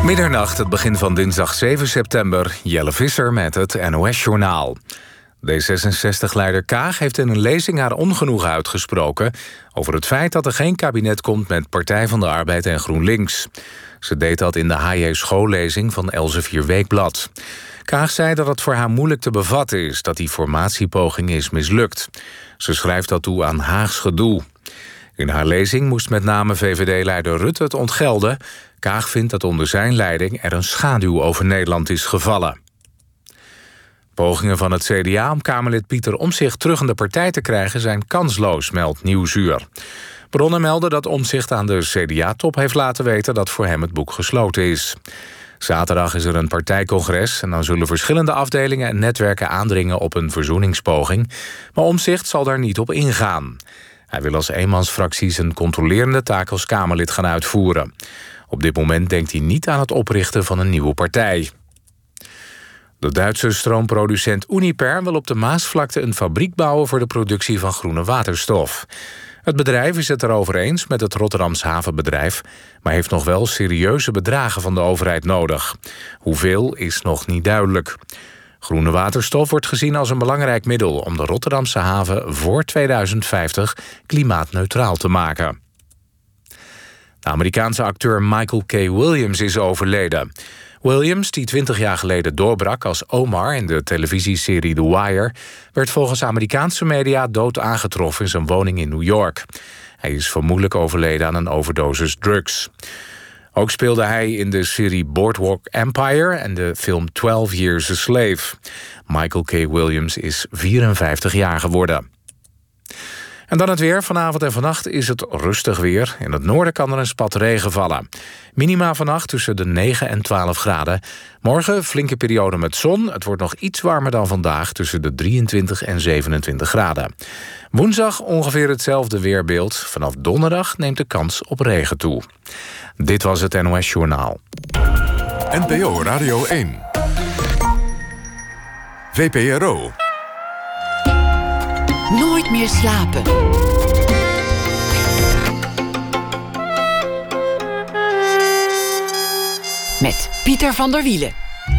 Middernacht, het begin van dinsdag 7 september. Jelle Visser met het NOS-journaal. D66-leider Kaag heeft in een lezing haar ongenoegen uitgesproken over het feit dat er geen kabinet komt met Partij van de Arbeid en GroenLinks. Ze deed dat in de H.J. schoollezing van Elsevier Weekblad. Kaag zei dat het voor haar moeilijk te bevatten is dat die formatiepoging is mislukt. Ze schrijft dat toe aan Haags gedoe. In haar lezing moest met name VVD-leider Rutte het ontgelden. Kaag vindt dat onder zijn leiding er een schaduw over Nederland is gevallen. Pogingen van het CDA om Kamerlid Pieter Omtzigt terug in de partij te krijgen zijn kansloos, meldt Nieuwsuur. Bronnen melden dat Omtzigt aan de CDA-top heeft laten weten dat voor hem het boek gesloten is. Zaterdag is er een partijcongres en dan zullen verschillende afdelingen en netwerken aandringen op een verzoeningspoging. Maar Omtzigt zal daar niet op ingaan. Hij wil als eenmansfractie zijn controlerende taak als Kamerlid gaan uitvoeren. Op dit moment denkt hij niet aan het oprichten van een nieuwe partij. De Duitse stroomproducent Uniper wil op de Maasvlakte een fabriek bouwen voor de productie van groene waterstof. Het bedrijf is het erover eens met het Rotterdamse havenbedrijf, maar heeft nog wel serieuze bedragen van de overheid nodig. Hoeveel is nog niet duidelijk. Groene waterstof wordt gezien als een belangrijk middel om de Rotterdamse haven voor 2050 klimaatneutraal te maken. De Amerikaanse acteur Michael K. Williams is overleden. Williams, die 20 jaar geleden doorbrak als Omar in de televisieserie The Wire, werd volgens Amerikaanse media dood aangetroffen in zijn woning in New York. Hij is vermoedelijk overleden aan een overdosis drugs. Ook speelde hij in de serie Boardwalk Empire en de film 12 Years a Slave. Michael K. Williams is 54 jaar geworden. En dan het weer. Vanavond en vannacht is het rustig weer. In het noorden kan er een spat regen vallen. Minima vannacht tussen de 9 en 12 graden. Morgen flinke periode met zon. Het wordt nog iets warmer dan vandaag tussen de 23 en 27 graden. Woensdag ongeveer hetzelfde weerbeeld. Vanaf donderdag neemt de kans op regen toe. Dit was het NOS Journaal. NPO Radio 1. VPRO. Nooit meer slapen. Met Pieter van der Wielen.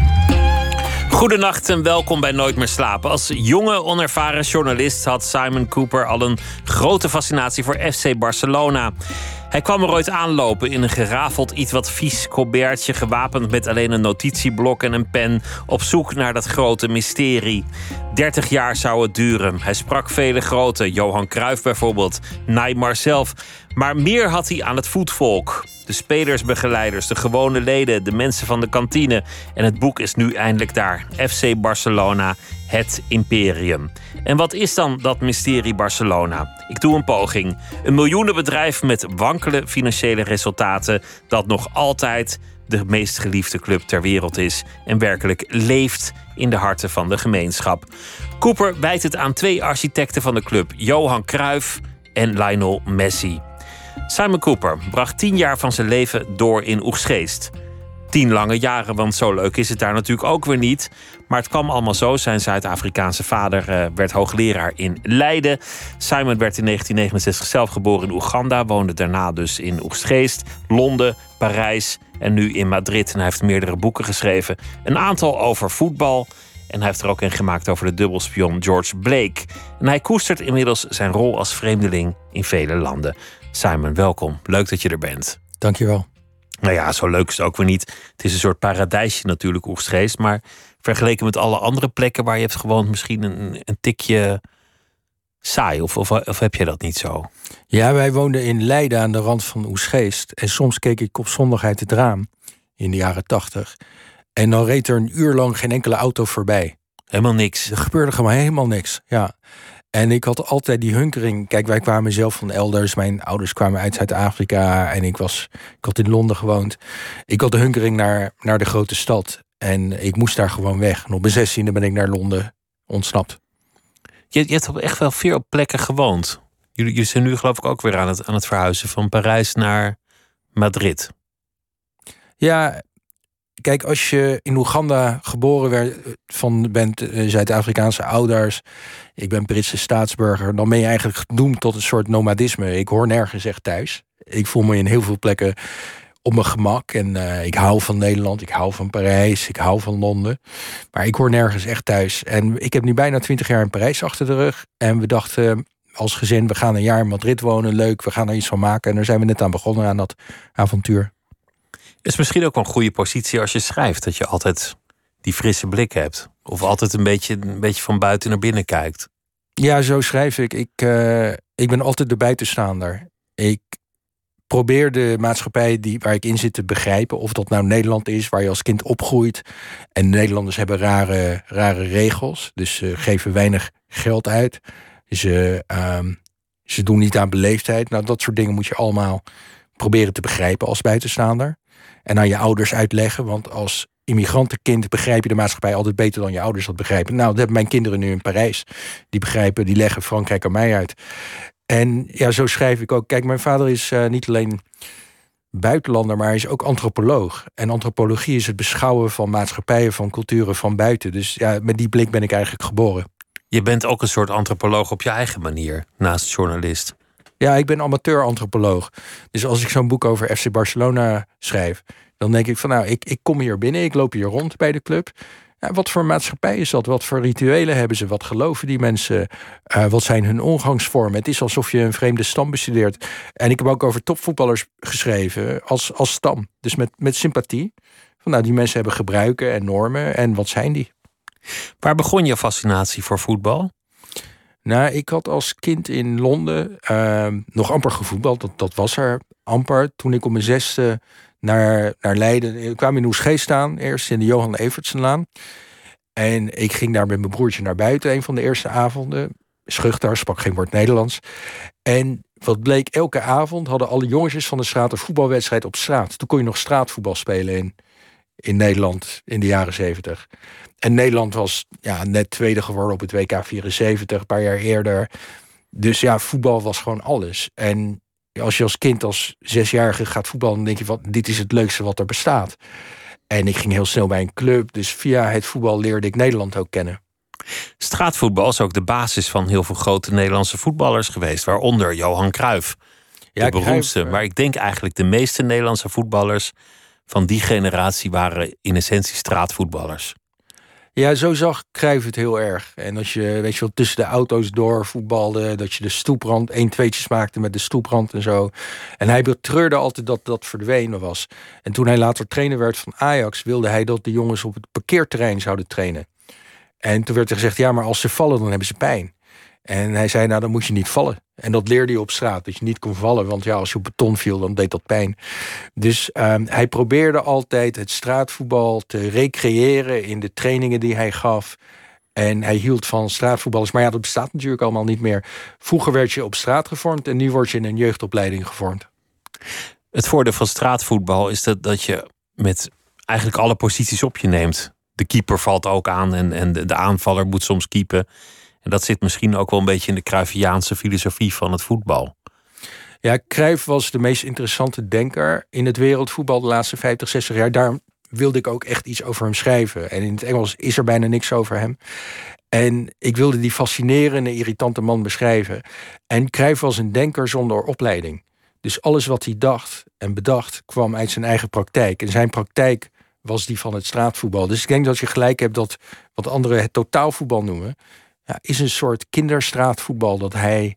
Goedenacht en welkom bij Nooit meer slapen. Als jonge, onervaren journalist had Simon Cooper al een grote fascinatie voor FC Barcelona. Hij kwam er ooit aanlopen in een gerafeld, iets wat vies colbertje, gewapend met alleen een notitieblok en een pen, op zoek naar dat grote mysterie. 30 jaar zou het duren. Hij sprak vele groten, Johan Cruijff bijvoorbeeld, Neymar zelf. Maar meer had hij aan het voetvolk. De spelersbegeleiders, de gewone leden, de mensen van de kantine. En het boek is nu eindelijk daar. FC Barcelona, het imperium. En wat is dan dat mysterie Barcelona? Ik doe een poging. Een miljoenenbedrijf met wankele financiële resultaten, dat nog altijd de meest geliefde club ter wereld is en werkelijk leeft in de harten van de gemeenschap. Cooper wijt het aan 2 architecten van de club, Johan Cruijff en Lionel Messi. Simon Cooper bracht 10 jaar van zijn leven door in Oegstgeest. 10 lange jaren, want zo leuk is het daar natuurlijk ook weer niet. Maar het kwam allemaal zo. Zijn Zuid-Afrikaanse vader werd hoogleraar in Leiden. Simon werd in 1969 zelf geboren in Oeganda. Woonde daarna dus in Oegstgeest, Londen, Parijs en nu in Madrid. En hij heeft meerdere boeken geschreven. Een aantal over voetbal. En hij heeft er ook een gemaakt over de dubbelspion George Blake. En hij koestert inmiddels zijn rol als vreemdeling in vele landen. Simon, welkom. Leuk dat je er bent. Dankjewel. Nou ja, zo leuk is het ook weer niet. Het is een soort paradijsje natuurlijk, Oegstgeest. Maar vergeleken met alle andere plekken waar je hebt gewoond, misschien een tikje saai. Of heb je dat niet zo? Ja, wij woonden in Leiden aan de rand van Oegstgeest. En soms keek ik op zondag uit het raam in de jaren 80. En dan reed er een uur lang geen enkele auto voorbij. Helemaal niks. Er gebeurde gewoon helemaal niks, ja. En ik had altijd die hunkering. Kijk, wij kwamen zelf van elders. Mijn ouders kwamen uit Zuid-Afrika. En ik had in Londen gewoond. Ik had de hunkering naar de grote stad. En ik moest daar gewoon weg. En op mijn 16e ben ik naar Londen ontsnapt. Je hebt op echt wel veel plekken gewoond. Jullie zijn nu geloof ik ook weer aan het verhuizen. Van Parijs naar Madrid. Ja, kijk, als je in Oeganda geboren bent Zuid-Afrikaanse ouders, ik ben Britse staatsburger, dan ben je eigenlijk gedoemd tot een soort nomadisme. Ik hoor nergens echt thuis. Ik voel me in heel veel plekken op mijn gemak. En ik hou van Nederland, ik hou van Parijs, ik hou van Londen. Maar ik hoor nergens echt thuis. En ik heb nu bijna 20 jaar in Parijs achter de rug. En we dachten als gezin, we gaan een jaar in Madrid wonen. Leuk, we gaan er iets van maken. En daar zijn we net aan begonnen, aan dat avontuur. Is misschien ook wel een goede positie als je schrijft. Dat je altijd die frisse blik hebt. Of altijd een beetje van buiten naar binnen kijkt. Ja, zo schrijf ik. Ik ben altijd de buitenstaander. Ik probeer de maatschappij waar ik in zit te begrijpen. Of dat nou Nederland is, waar je als kind opgroeit. En Nederlanders hebben rare regels. Dus ze geven weinig geld uit. Ze doen niet aan beleefdheid. Nou, dat soort dingen moet je allemaal proberen te begrijpen als buitenstaander. En aan je ouders uitleggen. Want als immigrantenkind begrijp je de maatschappij altijd beter dan je ouders dat begrijpen. Nou, dat hebben mijn kinderen nu in Parijs. Die leggen Frankrijk aan mij uit. En ja, zo schrijf ik ook. Kijk, mijn vader is niet alleen buitenlander, maar hij is ook antropoloog. En antropologie is het beschouwen van maatschappijen, van culturen van buiten. Dus ja, met die blik ben ik eigenlijk geboren. Je bent ook een soort antropoloog op je eigen manier, naast journalist. Ja, ik ben amateur-antropoloog. Dus als ik zo'n boek over FC Barcelona schrijf, dan denk ik van nou, ik kom hier binnen, ik loop hier rond bij de club. Ja, wat voor maatschappij is dat? Wat voor rituelen hebben ze? Wat geloven die mensen? Wat zijn hun omgangsvormen? Het is alsof je een vreemde stam bestudeert. En ik heb ook over topvoetballers geschreven als stam. Dus met sympathie. Van, nou, die mensen hebben gebruiken en normen. En wat zijn die? Waar begon je fascinatie voor voetbal? Nou, ik had als kind in Londen nog amper gevoetbald. Dat was er amper. Toen ik op mijn 6e naar Leiden. Ik kwam in Oesgeest staan, eerst in de Johan Evertsenlaan. En ik ging daar met mijn broertje naar buiten, een van de eerste avonden. Schuchter, sprak geen woord Nederlands. En wat bleek, elke avond hadden alle jongetjes van de straat een voetbalwedstrijd op straat. Toen kon je nog straatvoetbal spelen in Nederland in de jaren 70. En Nederland was net tweede geworden op het WK 74, een paar jaar eerder. Dus ja, voetbal was gewoon alles. En als je als kind, als 6-jarige gaat voetballen, dan denk je, dit is het leukste wat er bestaat. En ik ging heel snel bij een club. Dus via het voetbal leerde ik Nederland ook kennen. Straatvoetbal is ook de basis van heel veel grote Nederlandse voetballers geweest. Waaronder Johan Cruijff, de beroemdste. Cruijff, maar ik denk eigenlijk de meeste Nederlandse voetballers van die generatie waren in essentie straatvoetballers. Ja, zo zag Cruijff het heel erg. En als je, weet je wel, tussen de auto's door voetbalde, dat je de stoeprand 1-2'tjes maakte met de stoeprand en zo. En hij betreurde altijd dat dat verdwenen was. En toen hij later trainer werd van Ajax, wilde hij dat de jongens op het parkeerterrein zouden trainen. En toen werd er gezegd, ja, maar als ze vallen, dan hebben ze pijn. En hij zei, nou, dan moet je niet vallen. En dat leerde hij op straat, dat je niet kon vallen. Want ja, als je op beton viel, dan deed dat pijn. Dus hij probeerde altijd het straatvoetbal te recreëren in de trainingen die hij gaf. En hij hield van straatvoetballers. Maar ja, dat bestaat natuurlijk allemaal niet meer. Vroeger werd je op straat gevormd en nu word je in een jeugdopleiding gevormd. Het voordeel van straatvoetbal is dat je met eigenlijk alle posities op je neemt. De keeper valt ook aan en de aanvaller moet soms keepen. En dat zit misschien ook wel een beetje in de Cruyffiaanse filosofie van het voetbal. Ja, Cruijff was de meest interessante denker in het wereldvoetbal de laatste 50, 60 jaar. Daarom wilde ik ook echt iets over hem schrijven. En in het Engels is er bijna niks over hem. En ik wilde die fascinerende, irritante man beschrijven. En Cruijff was een denker zonder opleiding. Dus alles wat hij dacht en bedacht kwam uit zijn eigen praktijk. En zijn praktijk was die van het straatvoetbal. Dus ik denk dat je gelijk hebt dat wat anderen het totaalvoetbal noemen, is een soort kinderstraatvoetbal dat hij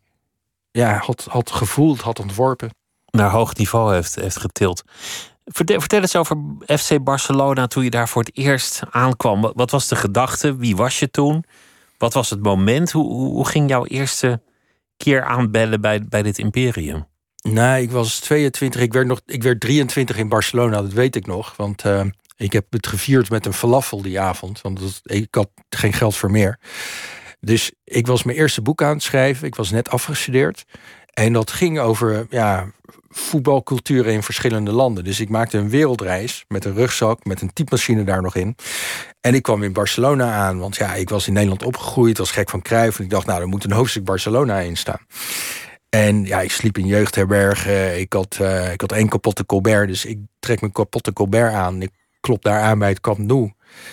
had gevoeld, had ontworpen. Naar hoog niveau heeft getild. Vertel eens over FC Barcelona toen je daar voor het eerst aankwam. Wat was de gedachte? Wie was je toen? Wat was het moment? Hoe ging jouw eerste keer aanbellen bij dit imperium? Nou, ik was 22. Ik werd 23 in Barcelona, dat weet ik nog. Want ik heb het gevierd met een falafel die avond. Want ik had geen geld voor meer. Dus ik was mijn eerste boek aan het schrijven. Ik was net afgestudeerd. En dat ging over voetbalculturen in verschillende landen. Dus ik maakte een wereldreis met een rugzak, met een typemachine daar nog in. En ik kwam in Barcelona aan, want ik was in Nederland opgegroeid, was gek van Cruijff. En ik dacht, er moet een hoofdstuk Barcelona in staan. En ik sliep in jeugdherbergen. Ik had 1 kapotte Colbert, dus ik trek mijn kapotte Colbert aan. Ik klop daar aan bij het Camp Nou.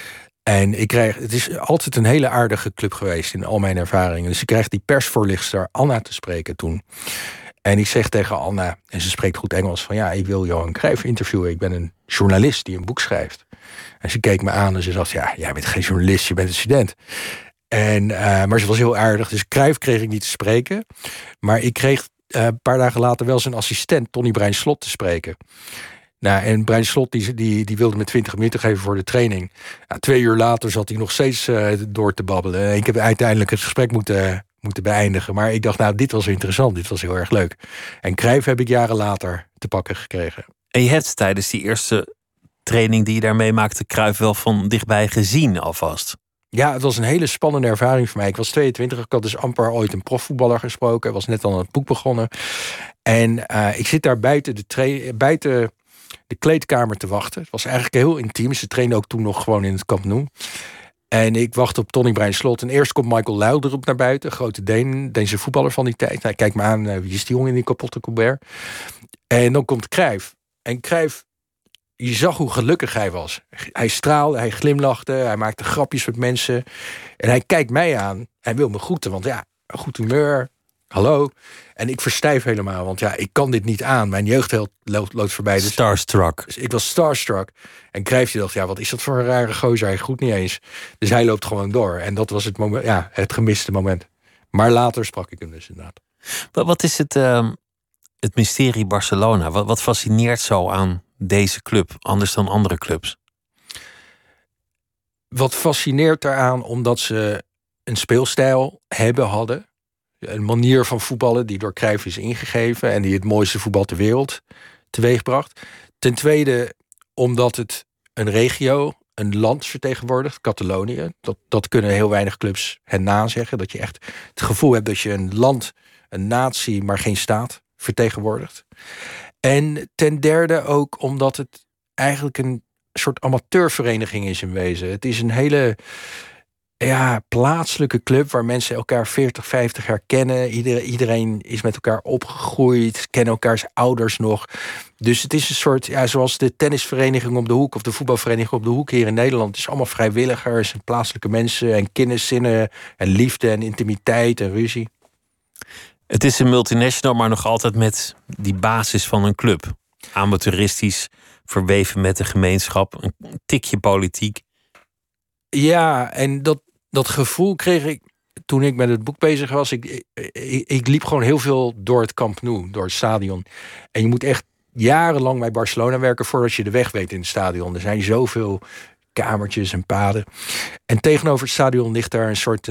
En het is altijd een hele aardige club geweest in al mijn ervaringen. Dus ik kreeg die persvoorlichter Anna te spreken toen. En ik zeg tegen Anna, en ze spreekt goed Engels, van ja, ik wil Johan Cruijff interviewen. Ik ben een journalist die een boek schrijft. En ze keek me aan en ze dacht, ja, jij bent geen journalist, je bent een student. Maar ze was heel aardig, dus Cruijff kreeg ik niet te spreken. Maar ik kreeg een paar dagen later wel zijn assistent, Tony Bruin Slot, te spreken. Nou, en Bruin Slot die wilde me 20 minuten geven voor de training. 2 uur later zat hij nog steeds door te babbelen. Ik heb uiteindelijk het gesprek moeten beëindigen. Maar ik dacht, nou, dit was interessant. Dit was heel erg leuk. En Cruijff heb ik jaren later te pakken gekregen. En je hebt tijdens die eerste training die je daarmee maakte, Cruijff wel van dichtbij gezien alvast. Ja, het was een hele spannende ervaring voor mij. Ik was 22, ik had dus amper ooit een profvoetballer gesproken. Ik was net al aan het boek begonnen. En ik zit daar buiten de kleedkamer te wachten. Het was eigenlijk heel intiem. Ze trainden ook toen nog gewoon in het Camp Nou. En ik wacht op Tony Bruin Slot. En eerst komt Michael Laudrup naar buiten. Grote Deense voetballer van die tijd. Hij kijkt me aan, wie is die jongen in die kapotte Colbert? En dan komt Cruijff. En Cruijff, je zag hoe gelukkig hij was. Hij straalde, hij glimlachte, hij maakte grapjes met mensen. En hij kijkt mij aan. Hij wil me groeten, want ja, goed humeur. Hallo. En ik verstijf helemaal, want ja, ik kan dit niet aan. Mijn jeugdheld loopt voorbij. Dus Starstruck. Dus ik was starstruck. En Cruijff dacht, ja, wat is dat voor een rare gozer? Hij groet niet eens. Dus hij loopt gewoon door. En dat was het moment, ja, het gemiste moment. Maar later sprak ik hem dus inderdaad. Wat is het mysterie Barcelona? Wat fascineert zo aan deze club, anders dan andere clubs? Wat fascineert daaraan, omdat ze een speelstijl hadden. Een manier van voetballen die door Cruijff is ingegeven en die het mooiste voetbal ter wereld teweegbracht. Ten tweede, omdat het een regio, een land vertegenwoordigt, Catalonië. Dat kunnen heel weinig clubs hen nazeggen. Dat je echt het gevoel hebt dat je een land, een natie, maar geen staat vertegenwoordigt. En ten derde ook omdat het eigenlijk een soort amateurvereniging is in wezen. Het is een hele plaatselijke club waar mensen elkaar 40, 50 jaar kennen. Iedereen is met elkaar opgegroeid, kennen elkaars ouders nog. Dus het is een soort, zoals de tennisvereniging op de hoek of de voetbalvereniging op de hoek hier in Nederland. Het is allemaal vrijwilligers en plaatselijke mensen en kenniszinnen en liefde en intimiteit en ruzie. Het is een multinational, maar nog altijd met die basis van een club. Amateuristisch, verweven met de gemeenschap, een tikje politiek. Ja, en dat gevoel kreeg ik toen ik met het boek bezig was. Ik liep gewoon heel veel door het Camp Nou, door het stadion. En je moet echt jarenlang bij Barcelona werken voordat je de weg weet in het stadion. Er zijn zoveel kamertjes en paden. En tegenover het stadion ligt daar een soort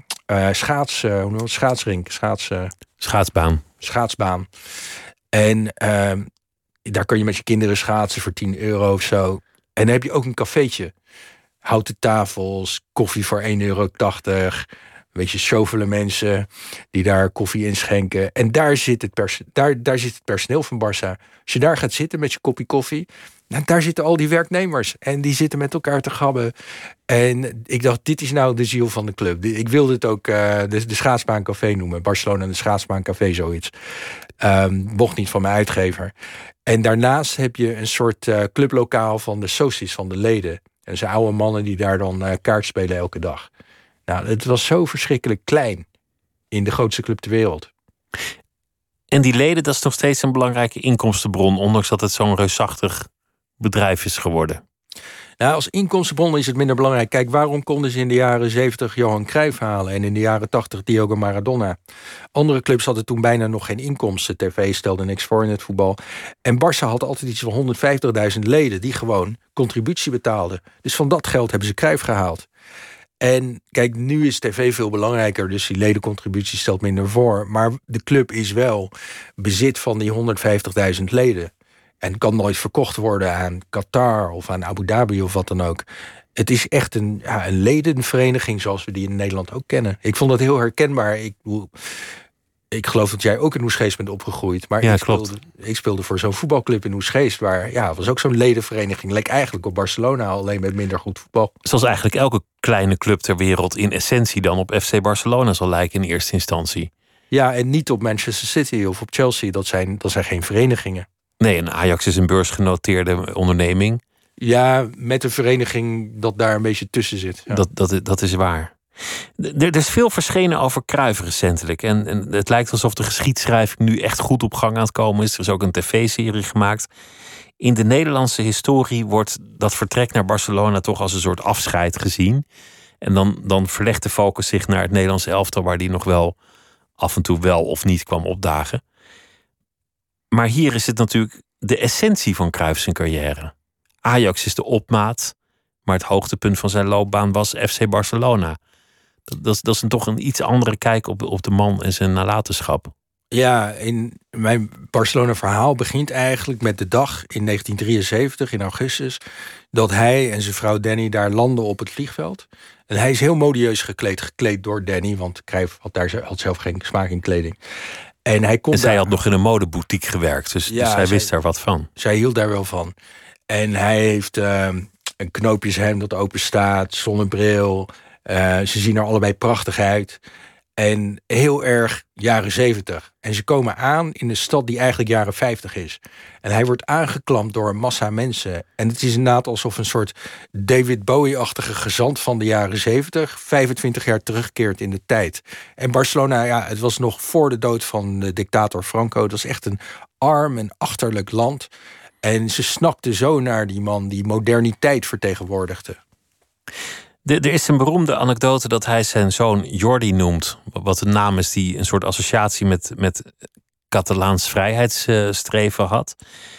schaatsbaan. En daar kun je met je kinderen schaatsen voor €10 of zo. En dan heb je ook een cafeetje. Houten tafels, koffie voor €1,80. Een beetje sjovele mensen die daar koffie inschenken. En daar zit het personeel van Barça. Als je daar gaat zitten met je kopje koffie, nou, daar zitten al die werknemers. En die zitten met elkaar te gabben. En ik dacht, dit is nou de ziel van de club. Ik wilde het ook de Schaatsbaancafé noemen. Barcelona de Schaatsbaancafé, zoiets. Mocht niet van mijn uitgever. En daarnaast heb je een soort clublokaal van de socies, van de leden. En zijn oude mannen die daar dan kaart spelen elke dag. Nou, het was zo verschrikkelijk klein in de grootste club ter wereld. En die leden, dat is nog steeds een belangrijke inkomstenbron, ondanks dat het zo'n reusachtig bedrijf is geworden. Nou, als inkomstenbron is het minder belangrijk. Kijk, waarom konden ze in de jaren 70 Johan Cruijff halen en in de jaren 80 Diego Maradona? Andere clubs hadden toen bijna nog geen inkomsten. TV stelde niks voor in het voetbal. En Barça had altijd iets van 150.000 leden die gewoon contributie betaalden. Dus van dat geld hebben ze Cruijff gehaald. En kijk, nu is tv veel belangrijker, dus die ledencontributie stelt minder voor. Maar de club is wel bezit van die 150.000 leden. En kan nooit verkocht worden aan Qatar of aan Abu Dhabi of wat dan ook. Het is echt een ledenvereniging zoals we die in Nederland ook kennen. Ik vond dat heel herkenbaar. Ik geloof dat jij ook in Oesgeest bent opgegroeid. Maar ja, ik speelde voor zo'n voetbalclub in Oesgeest. Waar was ook zo'n ledenvereniging. Leek eigenlijk op Barcelona, alleen met minder goed voetbal. Zoals eigenlijk elke kleine club ter wereld in essentie dan op FC Barcelona zal lijken in eerste instantie. Ja, en niet op Manchester City of op Chelsea. Dat zijn geen verenigingen. Nee, en Ajax is een beursgenoteerde onderneming. Ja, met een vereniging dat daar een beetje tussen zit. Ja. Dat is waar. Er is veel verschenen over Cruijff recentelijk. En het lijkt alsof de geschiedschrijving nu echt goed op gang aan het komen is. Er is ook een tv-serie gemaakt. In de Nederlandse historie wordt dat vertrek naar Barcelona toch als een soort afscheid gezien. En dan verlegt de focus zich naar het Nederlandse elftal, waar die nog wel af en toe wel of niet kwam opdagen. Maar hier is het natuurlijk de essentie van Cruijff zijn carrière. Ajax is de opmaat, maar het hoogtepunt van zijn loopbaan was FC Barcelona. Dat is toch een iets andere kijk op de man en zijn nalatenschap. Ja, in mijn Barcelona-verhaal begint eigenlijk met de dag in 1973, in augustus, dat hij en zijn vrouw Danny daar landen op het vliegveld. En hij is heel modieus gekleed door Danny, want Cruijff had zelf geen smaak in kleding. En zij had nog in een modeboutique gewerkt, dus hij wist daar wat van. Zij hield daar wel van. En hij heeft een knoopjeshem dat open staat, zonnebril. Ze zien er allebei prachtig uit. En heel erg jaren 70. En ze komen aan in een stad die eigenlijk jaren 50 is. En hij wordt aangeklampt door een massa mensen. En het is inderdaad alsof een soort David Bowie-achtige gezant van de jaren 70... 25 jaar terugkeert in de tijd. En Barcelona, ja, het was nog voor de dood van de dictator Franco. Het was echt een arm en achterlijk land. En ze snakten zo naar die man die moderniteit vertegenwoordigde. Er is een beroemde anekdote dat hij zijn zoon Jordi noemt. Wat een naam is die een soort associatie met Catalaans vrijheidsstreven had.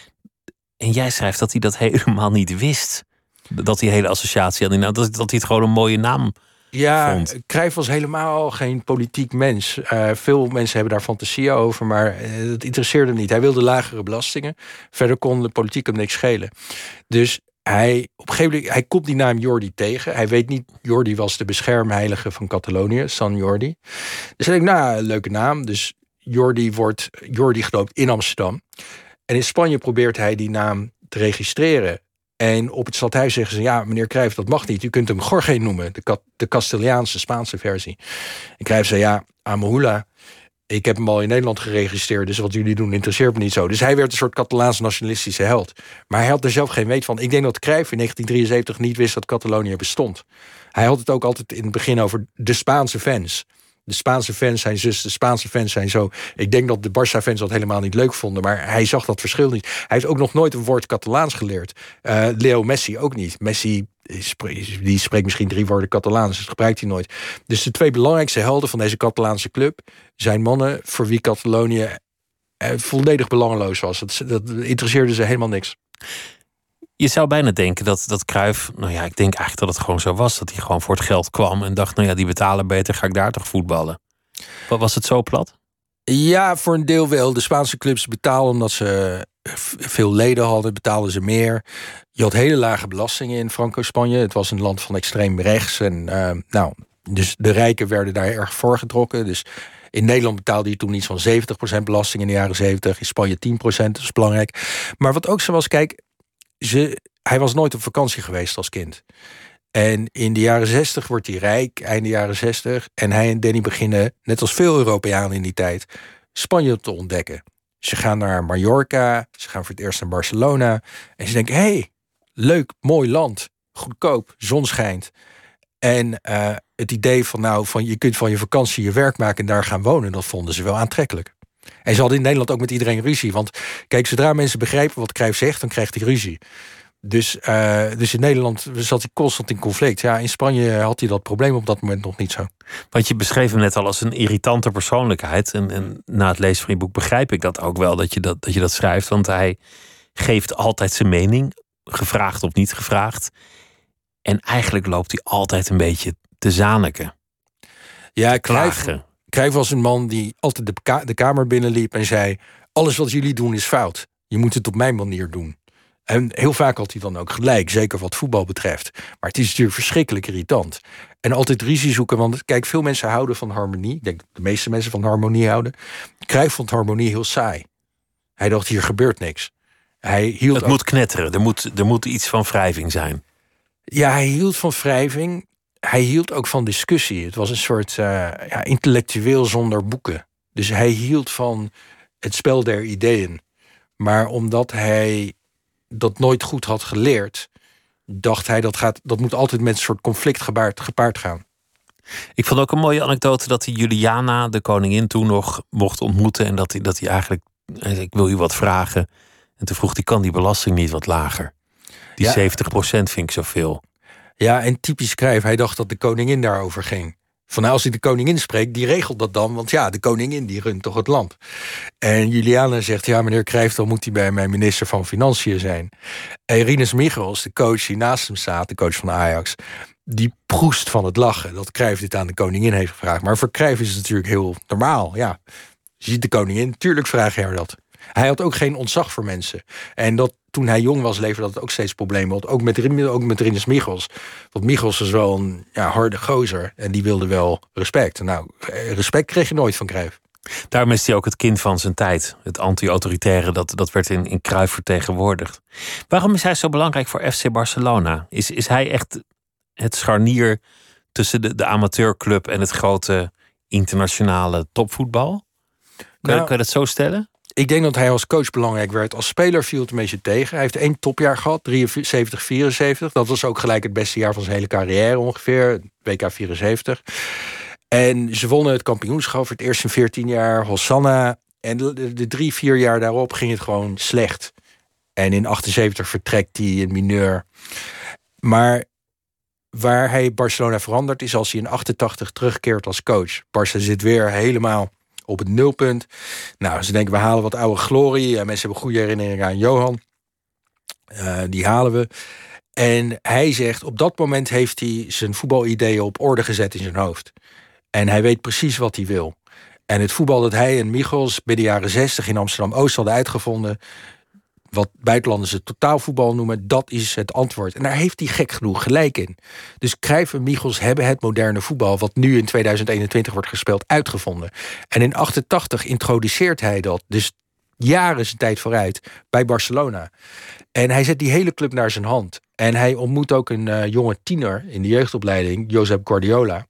En jij schrijft dat hij dat helemaal niet wist. Dat die hele associatie aan die naam, dat hij het gewoon een mooie naam vond. Ja, Cruijff was helemaal geen politiek mens. Veel mensen hebben daar fantasieën over, maar dat interesseerde hem niet. Hij wilde lagere belastingen. Verder kon de politiek hem niks schelen. Dus op een gegeven moment, hij komt die naam Jordi tegen. Hij weet niet, Jordi was de beschermheilige van Catalonië, San Jordi. Dus hij denkt, nou, leuke naam. Dus Jordi wordt Jordi gedoopt in Amsterdam. En in Spanje probeert hij die naam te registreren. En op het stadhuis zeggen ze, ja, meneer Cruijff, dat mag niet. U kunt hem Jorge noemen, de Castiliaanse, Spaanse versie. En Cruijff zei, ja, Amahula, ik heb hem al in Nederland geregistreerd, dus wat jullie doen interesseert me niet zo. Dus hij werd een soort Catalaans nationalistische held. Maar hij had er zelf geen weet van. Ik denk dat Cruijff in 1973 niet wist dat Catalonië bestond. Hij had het ook altijd in het begin over de Spaanse fans. De Spaanse fans zijn zus, de Spaanse fans zijn zo. Ik denk dat de Barça-fans dat helemaal niet leuk vonden, maar hij zag dat verschil niet. Hij heeft ook nog nooit een woord Catalaans geleerd. Leo Messi ook niet. Messi die spreekt misschien 3 woorden Catalaans, dat gebruikt hij nooit. Dus de 2 belangrijkste helden van deze Catalaanse club zijn mannen voor wie Catalonië volledig belangeloos was. Dat interesseerde ze helemaal niks. Je zou bijna denken dat Cruijff, nou ja, ik denk eigenlijk dat het gewoon zo was, dat hij gewoon voor het geld kwam en dacht, nou ja, die betalen beter, ga ik daar toch voetballen. Wat was het zo plat? Ja, voor een deel wel. De Spaanse clubs betaalden omdat ze veel leden hadden, betaalden ze meer. Je had hele lage belastingen in Franco-Spanje. Het was een land van extreem rechts. En dus de rijken werden daar erg voorgetrokken. Dus in Nederland betaalde je toen iets van 70% belasting in de jaren 70. In Spanje 10%, dat is belangrijk. Maar wat ook zo was, kijk, hij was nooit op vakantie geweest als kind. En in de jaren 60 wordt hij rijk, einde jaren 60. En hij en Danny beginnen, net als veel Europeanen in die tijd, Spanje te ontdekken. Ze gaan naar Mallorca, ze gaan voor het eerst naar Barcelona. En ze denken, hey, leuk, mooi land, goedkoop, zon schijnt. En het idee van je kunt van je vakantie je werk maken en daar gaan wonen, dat vonden ze wel aantrekkelijk. En ze hadden in Nederland ook met iedereen ruzie. Want kijk, zodra mensen begrijpen wat Cruijff zegt, dan krijgt hij ruzie. Dus in Nederland zat hij constant in conflict. Ja, in Spanje had hij dat probleem op dat moment nog niet zo. Want je beschreef hem net al als een irritante persoonlijkheid. En na het lezen van je boek begrijp ik dat ook wel, dat je dat schrijft. Want hij geeft altijd zijn mening, gevraagd of niet gevraagd. En eigenlijk loopt hij altijd een beetje te zaniken. Ja, Cruijff was een man die altijd de kamer binnenliep en zei, alles wat jullie doen is fout. Je moet het op mijn manier doen. En heel vaak had hij dan ook gelijk, zeker wat voetbal betreft. Maar het is natuurlijk verschrikkelijk irritant. En altijd ruzie zoeken, want kijk, veel mensen houden van harmonie. Ik denk dat de meeste mensen van harmonie houden. Cruijff vond harmonie heel saai. Hij dacht, hier gebeurt niks. Het moet knetteren, er moet iets van wrijving zijn. Ja, hij hield van wrijving. Hij hield ook van discussie. Het was een soort intellectueel zonder boeken. Dus hij hield van het spel der ideeën. Maar omdat hij dat nooit goed had geleerd, dacht hij dat moet altijd met een soort conflict gepaard gaan. Ik vond ook een mooie anekdote dat hij Juliana, de koningin, toen nog mocht ontmoeten. En dat hij eigenlijk, ik wil u wat vragen. En toen vroeg hij, kan die belasting niet wat lager? Die 70% vind ik zoveel. Ja, en typisch Cruijff, hij dacht dat de koningin daarover ging. Van als hij de koningin spreekt, die regelt dat dan. Want ja, de koningin die runt toch het land. En Juliana zegt, ja meneer Cruijff, dan moet hij bij mijn minister van Financiën zijn. En Rinus Michels, de coach die naast hem staat, de coach van Ajax, die proest van het lachen dat Cruijff dit aan de koningin heeft gevraagd. Maar voor Cruijff is het natuurlijk heel normaal. Ja, je ziet de koningin, tuurlijk vraag je haar dat. Hij had ook geen ontzag voor mensen. En dat toen hij jong was, leverde dat ook steeds problemen op. Ook met Rinus Michels. Want Michels is wel een harde gozer. En die wilde wel respect. Nou, respect kreeg je nooit van Cruijff. Daarom is hij ook het kind van zijn tijd. Het anti-autoritaire, dat werd in Cruijff vertegenwoordigd. Waarom is hij zo belangrijk voor FC Barcelona? Is hij echt het scharnier tussen de amateurclub en het grote internationale topvoetbal? Kan je dat zo stellen? Ik denk dat hij als coach belangrijk werd. Als speler viel het een beetje tegen. Hij heeft 1 topjaar gehad, 73, 74. Dat was ook gelijk het beste jaar van zijn hele carrière ongeveer. WK 74. En ze wonnen het kampioenschap voor het eerst in 14 jaar. Hosanna. En de 3-4 jaar daarop ging het gewoon slecht. En in 78 vertrekt hij in mineur. Maar waar hij Barcelona verandert is als hij in 88 terugkeert als coach. Barça zit weer helemaal op het nulpunt. Nou, ze denken, we halen wat oude glorie. Ja, mensen hebben goede herinneringen aan Johan. Die halen we. En hij zegt, op dat moment heeft hij zijn voetbalideeën op orde gezet in zijn hoofd. En hij weet precies wat hij wil. En het voetbal dat hij en Michels midden jaren 60 in Amsterdam-Oost hadden uitgevonden, wat buitenlanders het totaalvoetbal noemen, dat is het antwoord. En daar heeft hij gek genoeg gelijk in. Dus Cruijff en Michels hebben het moderne voetbal, wat nu in 2021 wordt gespeeld, uitgevonden. En in 88 introduceert hij dat, dus jaren zijn tijd vooruit, bij Barcelona. En hij zet die hele club naar zijn hand. En hij ontmoet ook een jonge tiener in de jeugdopleiding, Josep Guardiola.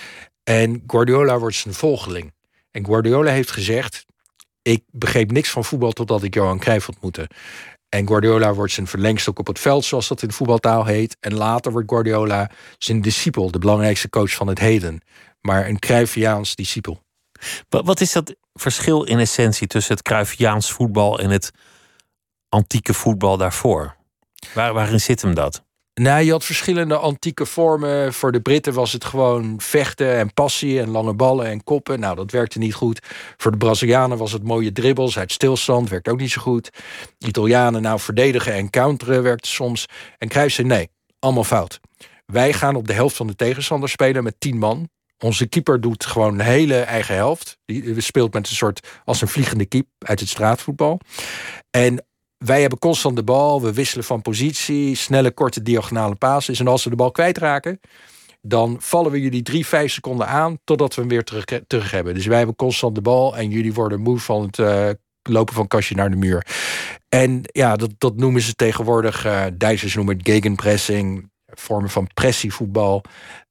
En Guardiola wordt zijn volgeling. En Guardiola heeft gezegd, ik begreep niks van voetbal totdat ik Johan Cruijff ontmoette. En Guardiola wordt zijn verlengstok op het veld, zoals dat in voetbaltaal heet. En later wordt Guardiola zijn discipel, de belangrijkste coach van het heden. Maar een Cruyffiaans discipel. Wat is dat verschil in essentie tussen het Cruyffiaans voetbal en het antieke voetbal daarvoor? Waarin zit hem dat? Nou, je had verschillende antieke vormen. Voor de Britten was het gewoon vechten en passie en lange ballen en koppen. Nou, dat werkte niet goed. Voor de Brazilianen was het mooie dribbels uit stilstand. Werkte ook niet zo goed. De Italianen, nou, verdedigen en counteren werkte soms. En Cruijff zei, nee, allemaal fout. Wij gaan op de helft van de tegenstander spelen met 10 man. Onze keeper doet gewoon de hele eigen helft. Die speelt met een soort als een vliegende kiep uit het straatvoetbal. En wij hebben constant de bal, we wisselen van positie, snelle, korte, diagonale passes. En als we de bal kwijtraken, dan vallen we jullie 3-5 seconden aan totdat we hem weer terug hebben. Dus wij hebben constant de bal en jullie worden moe van het lopen van kastje naar de muur. En ja, dat noemen ze tegenwoordig, Duitsers noemen het gegenpressing, vormen van pressievoetbal.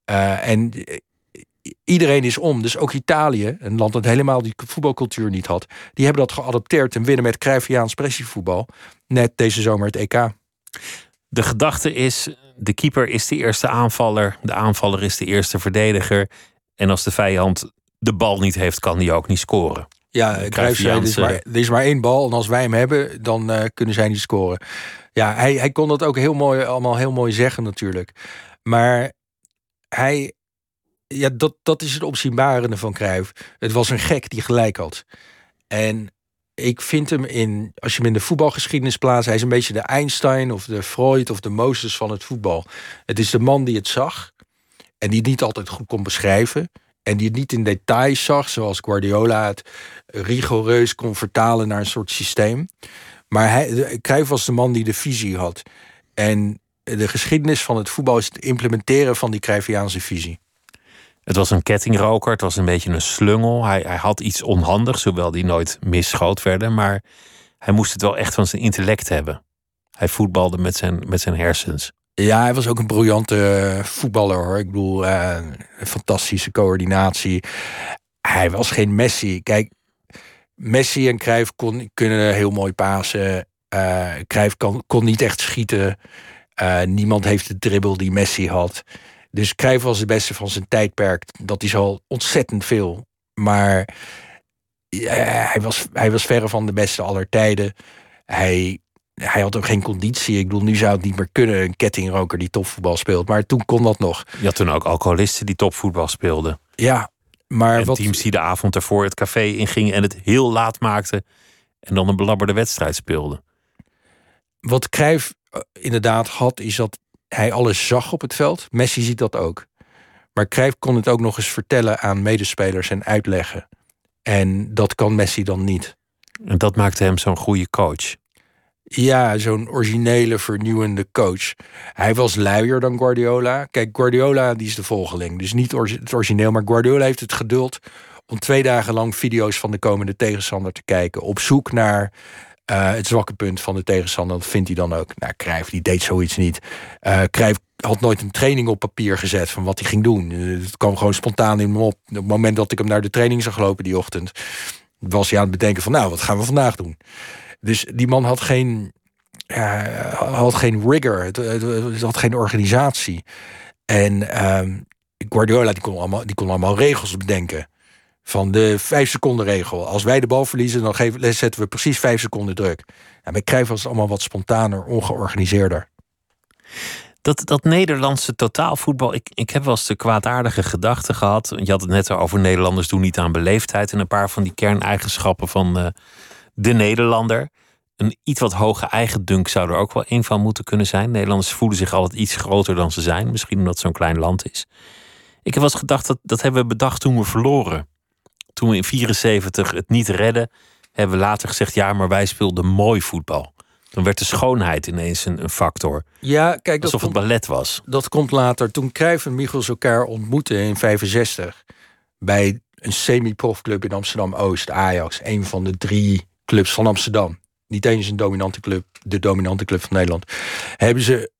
En iedereen is om. Dus ook Italië, een land dat helemaal die voetbalcultuur niet had, die hebben dat geadopteerd en winnen met Cruyffiaans pressievoetbal. Net deze zomer het EK. De gedachte is, de keeper is de eerste aanvaller, de aanvaller is de eerste verdediger. En als de vijand de bal niet heeft, kan hij ook niet scoren. Ja, Cruijff zei, er is maar 1 bal en als wij hem hebben, dan kunnen zij niet scoren. Ja, hij kon dat ook allemaal heel mooi zeggen natuurlijk. Maar hij, ja, dat is het opzienbarende van Cruijff. Het was een gek die gelijk had. En ik vind hem als je hem in de voetbalgeschiedenis plaatst, hij is een beetje de Einstein of de Freud of de Mozes van het voetbal. Het is de man die het zag en die het niet altijd goed kon beschrijven. En die het niet in details zag, zoals Guardiola het rigoureus kon vertalen naar een soort systeem. Maar Cruijff was de man die de visie had. En de geschiedenis van het voetbal is het implementeren van die Cruyffiaanse visie. Het was een kettingroker, het was een beetje een slungel. Hij had iets onhandigs, hoewel die nooit misschoot werden. Maar hij moest het wel echt van zijn intellect hebben. Hij voetbalde met zijn hersens. Ja, hij was ook een briljante voetballer, hoor. Ik bedoel, een fantastische coördinatie. Hij was geen Messi. Kijk, Messi en Cruijff kunnen heel mooi pasen. Cruijff kon niet echt schieten. Niemand heeft de dribbel die Messi had. Dus Cruijff was de beste van zijn tijdperk. Dat is al ontzettend veel. Maar hij was verre van de beste aller tijden. Hij had ook geen conditie. Ik bedoel, nu zou het niet meer kunnen. Een kettingroker die topvoetbal speelt. Maar toen kon dat nog. Je had toen ook alcoholisten die topvoetbal speelden. Ja, maar en teams die de avond ervoor het café ingingen en het heel laat maakten. En dan een belabberde wedstrijd speelden. Wat Cruijff inderdaad had, is dat hij alles zag op het veld. Messi ziet dat ook. Maar Cruijff kon het ook nog eens vertellen aan medespelers en uitleggen. En dat kan Messi dan niet. En dat maakte hem zo'n goede coach. Ja, zo'n originele, vernieuwende coach. Hij was luier dan Guardiola. Kijk, Guardiola die is de volgeling. Dus niet het origineel, maar Guardiola heeft het geduld om 2 dagen lang video's van de komende tegenstander te kijken. Op zoek naar het zwakke punt van de tegenstander. Dat vindt hij dan ook. Nou, Cruijff die deed zoiets niet. Cruijff had nooit een training op papier gezet van wat hij ging doen. Het kwam gewoon spontaan in hem op. Op het moment dat ik hem naar de training zag lopen die ochtend, was hij aan het bedenken van, nou, wat gaan we vandaag doen? Dus die man had geen rigor. Het had geen organisatie. En Guardiola die kon allemaal regels bedenken. Van de 5 seconden regel. Als wij de bal verliezen, dan zetten we precies 5 seconden druk. En bij Cruijff was het allemaal wat spontaner, ongeorganiseerder. Dat Nederlandse totaalvoetbal, ik heb wel eens de kwaadaardige gedachte gehad. Je had het net over Nederlanders doen niet aan beleefdheid. En een paar van die kerneigenschappen van de Nederlander. Een iets wat hoge eigendunk zou er ook wel een van moeten kunnen zijn. Nederlanders voelen zich altijd iets groter dan ze zijn. Misschien omdat het zo'n klein land is. Ik heb wel eens gedacht, dat hebben we bedacht toen we verloren. Toen we in 1974 het niet redden, hebben we later gezegd, ja, maar wij speelden mooi voetbal. Dan werd de schoonheid ineens een factor. Ja, kijk, alsof het ballet was. Dat komt later. Toen Cruijff en Michels elkaar ontmoetten in 1965... bij een semi-profclub in Amsterdam-Oost, Ajax. Een van de 3 clubs van Amsterdam. Niet eens een dominante club, de dominante club van Nederland. Hebben ze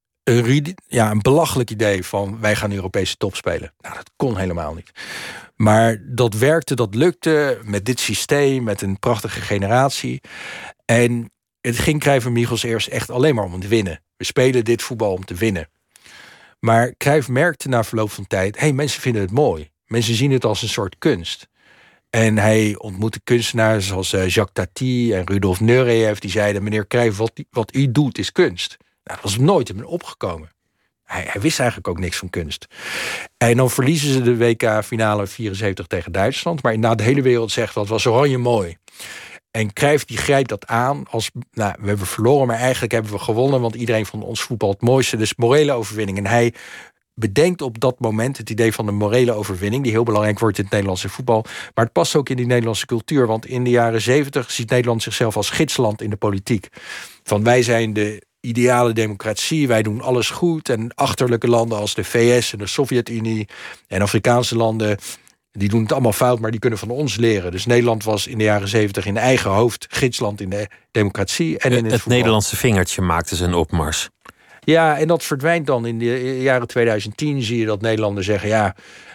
een belachelijk idee van, wij gaan Europese top spelen. Nou, dat kon helemaal niet. Maar dat werkte, dat lukte met dit systeem, met een prachtige generatie. En het ging Cruijff en Michels eerst echt alleen maar om te winnen. We spelen dit voetbal om te winnen. Maar Cruijff merkte na verloop van tijd, mensen vinden het mooi. Mensen zien het als een soort kunst. En hij ontmoette kunstenaars zoals Jacques Tati en Rudolf Nureyev. Die zeiden, meneer Cruijff, wat u doet is kunst. Nou, dat was nooit hem opgekomen. Hij wist eigenlijk ook niks van kunst. En dan verliezen ze de WK-finale 74 tegen Duitsland. Maar inderdaad, de hele wereld zegt, dat was oranje mooi. En Cruijff die grijpt dat aan als, we hebben verloren, maar eigenlijk hebben we gewonnen, want iedereen vond ons voetbal het mooiste. Dus morele overwinning. En hij bedenkt op dat moment het idee van de morele overwinning, die heel belangrijk wordt in het Nederlandse voetbal. Maar het past ook in die Nederlandse cultuur. Want in de jaren 70 ziet Nederland zichzelf als gidsland in de politiek. Van, wij zijn de ideale democratie, wij doen alles goed. En achterlijke landen als de VS en de Sovjet-Unie en Afrikaanse landen, die doen het allemaal fout, maar die kunnen van ons leren. Dus Nederland was in de jaren 70 in eigen hoofd gidsland in de democratie en in het voetbal. Nederlandse vingertje maakte zijn opmars. Ja, en dat verdwijnt dan in de jaren 2010. Zie je dat Nederlanders zeggen,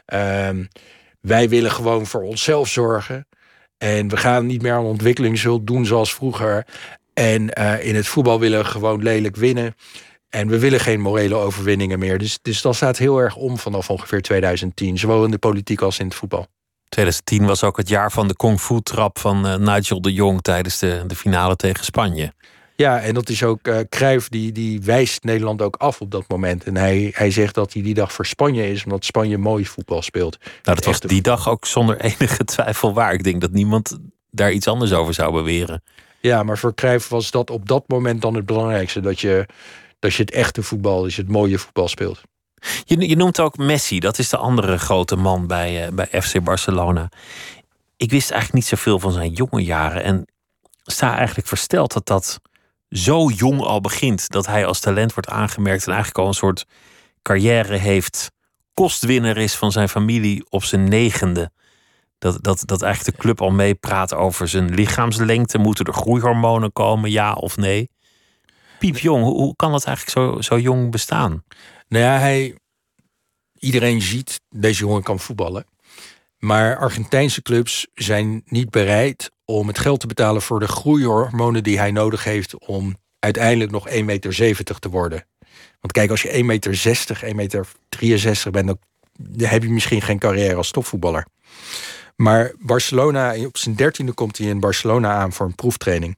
wij willen gewoon voor onszelf zorgen. En we gaan niet meer aan ontwikkelingshulp doen zoals vroeger. En in het voetbal willen we gewoon lelijk winnen. En we willen geen morele overwinningen meer. Dus dat staat heel erg om vanaf ongeveer 2010. Zowel in de politiek als in het voetbal. 2010 was ook het jaar van de kung fu trap van Nigel de Jong tijdens de finale tegen Spanje. Ja, en dat is ook Cruijff die wijst Nederland ook af op dat moment. En hij zegt dat hij die dag voor Spanje is, omdat Spanje mooi voetbal speelt. Nou, dat was die dag ook zonder enige twijfel waar. Ik denk dat niemand daar iets anders over zou beweren. Ja, maar voor Cruijff was dat op dat moment dan het belangrijkste. Dat je het echte voetbal, dus het mooie voetbal speelt. Je noemt ook Messi, dat is de andere grote man bij FC Barcelona. Ik wist eigenlijk niet zoveel van zijn jonge jaren. En sta eigenlijk versteld dat zo jong al begint. Dat hij als talent wordt aangemerkt en eigenlijk al een soort carrière heeft. Kostwinner is van zijn familie op zijn 9e. Dat eigenlijk de club al meepraat over zijn lichaamslengte. Moeten er groeihormonen komen, ja of nee? Piepjong, hoe kan dat eigenlijk zo jong bestaan? Nou ja, iedereen ziet, deze jongen kan voetballen. Maar Argentijnse clubs zijn niet bereid om het geld te betalen voor de groeihormonen die hij nodig heeft om uiteindelijk nog 1,70 meter te worden. Want kijk, als je 1,60 meter, 1,63 meter bent, dan heb je misschien geen carrière als topvoetballer. Maar Barcelona, op zijn 13e komt hij in Barcelona aan voor een proeftraining.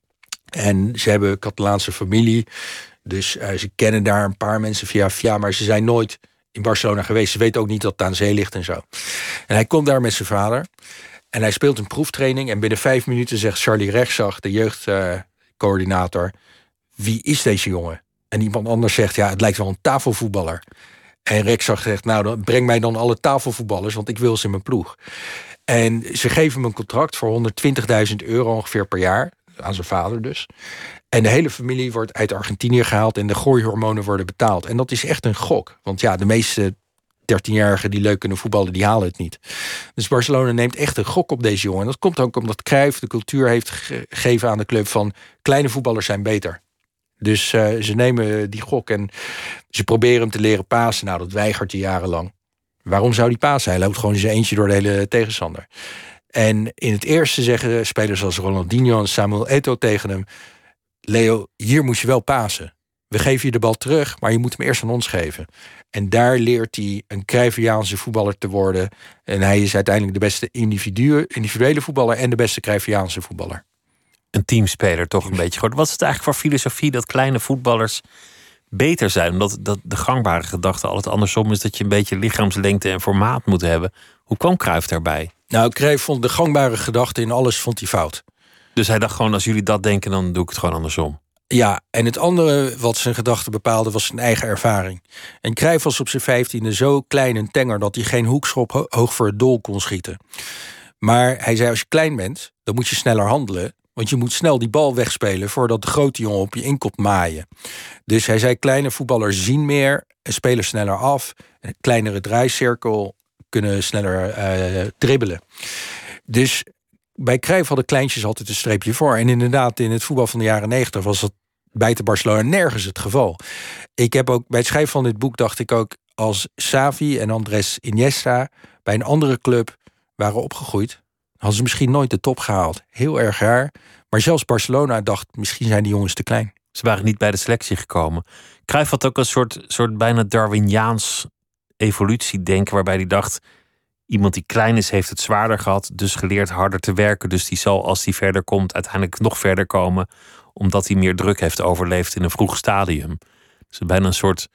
En ze hebben Catalaanse familie. Dus ze kennen daar een paar mensen via, maar ze zijn nooit in Barcelona geweest. Ze weten ook niet dat het aan zee ligt en zo. En hij komt daar met zijn vader. En hij speelt een proeftraining. En binnen 5 minuten zegt Charlie Rexach, de jeugdcoördinator, wie is deze jongen? En iemand anders zegt, ja, het lijkt wel een tafelvoetballer. En Rexach zegt, nou, dan breng mij dan alle tafelvoetballers, want ik wil ze in mijn ploeg. En ze geven hem een contract voor €120.000 ongeveer per jaar. Aan zijn vader dus. En de hele familie wordt uit Argentinië gehaald en de gooihormonen worden betaald. En dat is echt een gok. Want ja, de meeste 13-jarigen die leuk kunnen voetballen, die halen het niet. Dus Barcelona neemt echt een gok op deze jongen. En dat komt ook omdat Cruyff de cultuur heeft gegeven aan de club van kleine voetballers zijn beter. Dus ze nemen die gok en ze proberen hem te leren pasen. Nou, dat weigert hij jarenlang. Waarom zou hij pasen? Hij loopt gewoon in zijn eentje door de hele tegenstander. En in het eerste zeggen spelers als Ronaldinho en Samuel Eto'o tegen hem, Leo, hier moet je wel pasen. We geven je de bal terug, maar je moet hem eerst aan ons geven. En daar leert hij een Cruyffiaanse voetballer te worden. En hij is uiteindelijk de beste individuele voetballer en de beste Cruyffiaanse voetballer. Een teamspeler toch een beetje geworden. Wat is het eigenlijk voor filosofie dat kleine voetballers beter zijn? Omdat dat de gangbare gedachte altijd andersom is, dat je een beetje lichaamslengte en formaat moet hebben. Hoe kwam Cruyff daarbij? Nou, Cruyff vond de gangbare gedachte in alles vond hij fout. Dus hij dacht gewoon, als jullie dat denken, dan doe ik het gewoon andersom. Ja, en het andere wat zijn gedachten bepaalde was zijn eigen ervaring. En Cruyff was op zijn 15e zo klein en tenger dat hij geen hoekschop hoog voor het doel kon schieten. Maar hij zei, als je klein bent, dan moet je sneller handelen. Want je moet snel die bal wegspelen voordat de grote jongen op je in komt maaien. Dus hij zei, kleine voetballers zien meer en spelen sneller af. Een kleinere draaicirkel kunnen sneller dribbelen. Dus bij Cruyff hadden kleintjes altijd een streepje voor. En inderdaad, in het voetbal van de jaren 90 was dat buiten Barcelona nergens het geval. Ik heb ook bij het schrijven van dit boek dacht ik ook, als Xavi en Andrés Iniesta bij een andere club waren opgegroeid, hadden ze misschien nooit de top gehaald. Heel erg raar. Maar zelfs Barcelona dacht, misschien zijn die jongens te klein. Ze waren niet bij de selectie gekomen. Cruyff had ook een soort bijna Darwiniaans evolutiedenken, waarbij hij dacht, iemand die klein is, heeft het zwaarder gehad, dus geleerd harder te werken. Dus die zal, als die verder komt, uiteindelijk nog verder komen, omdat hij meer druk heeft overleefd in een vroeg stadium. Dus bijna een soort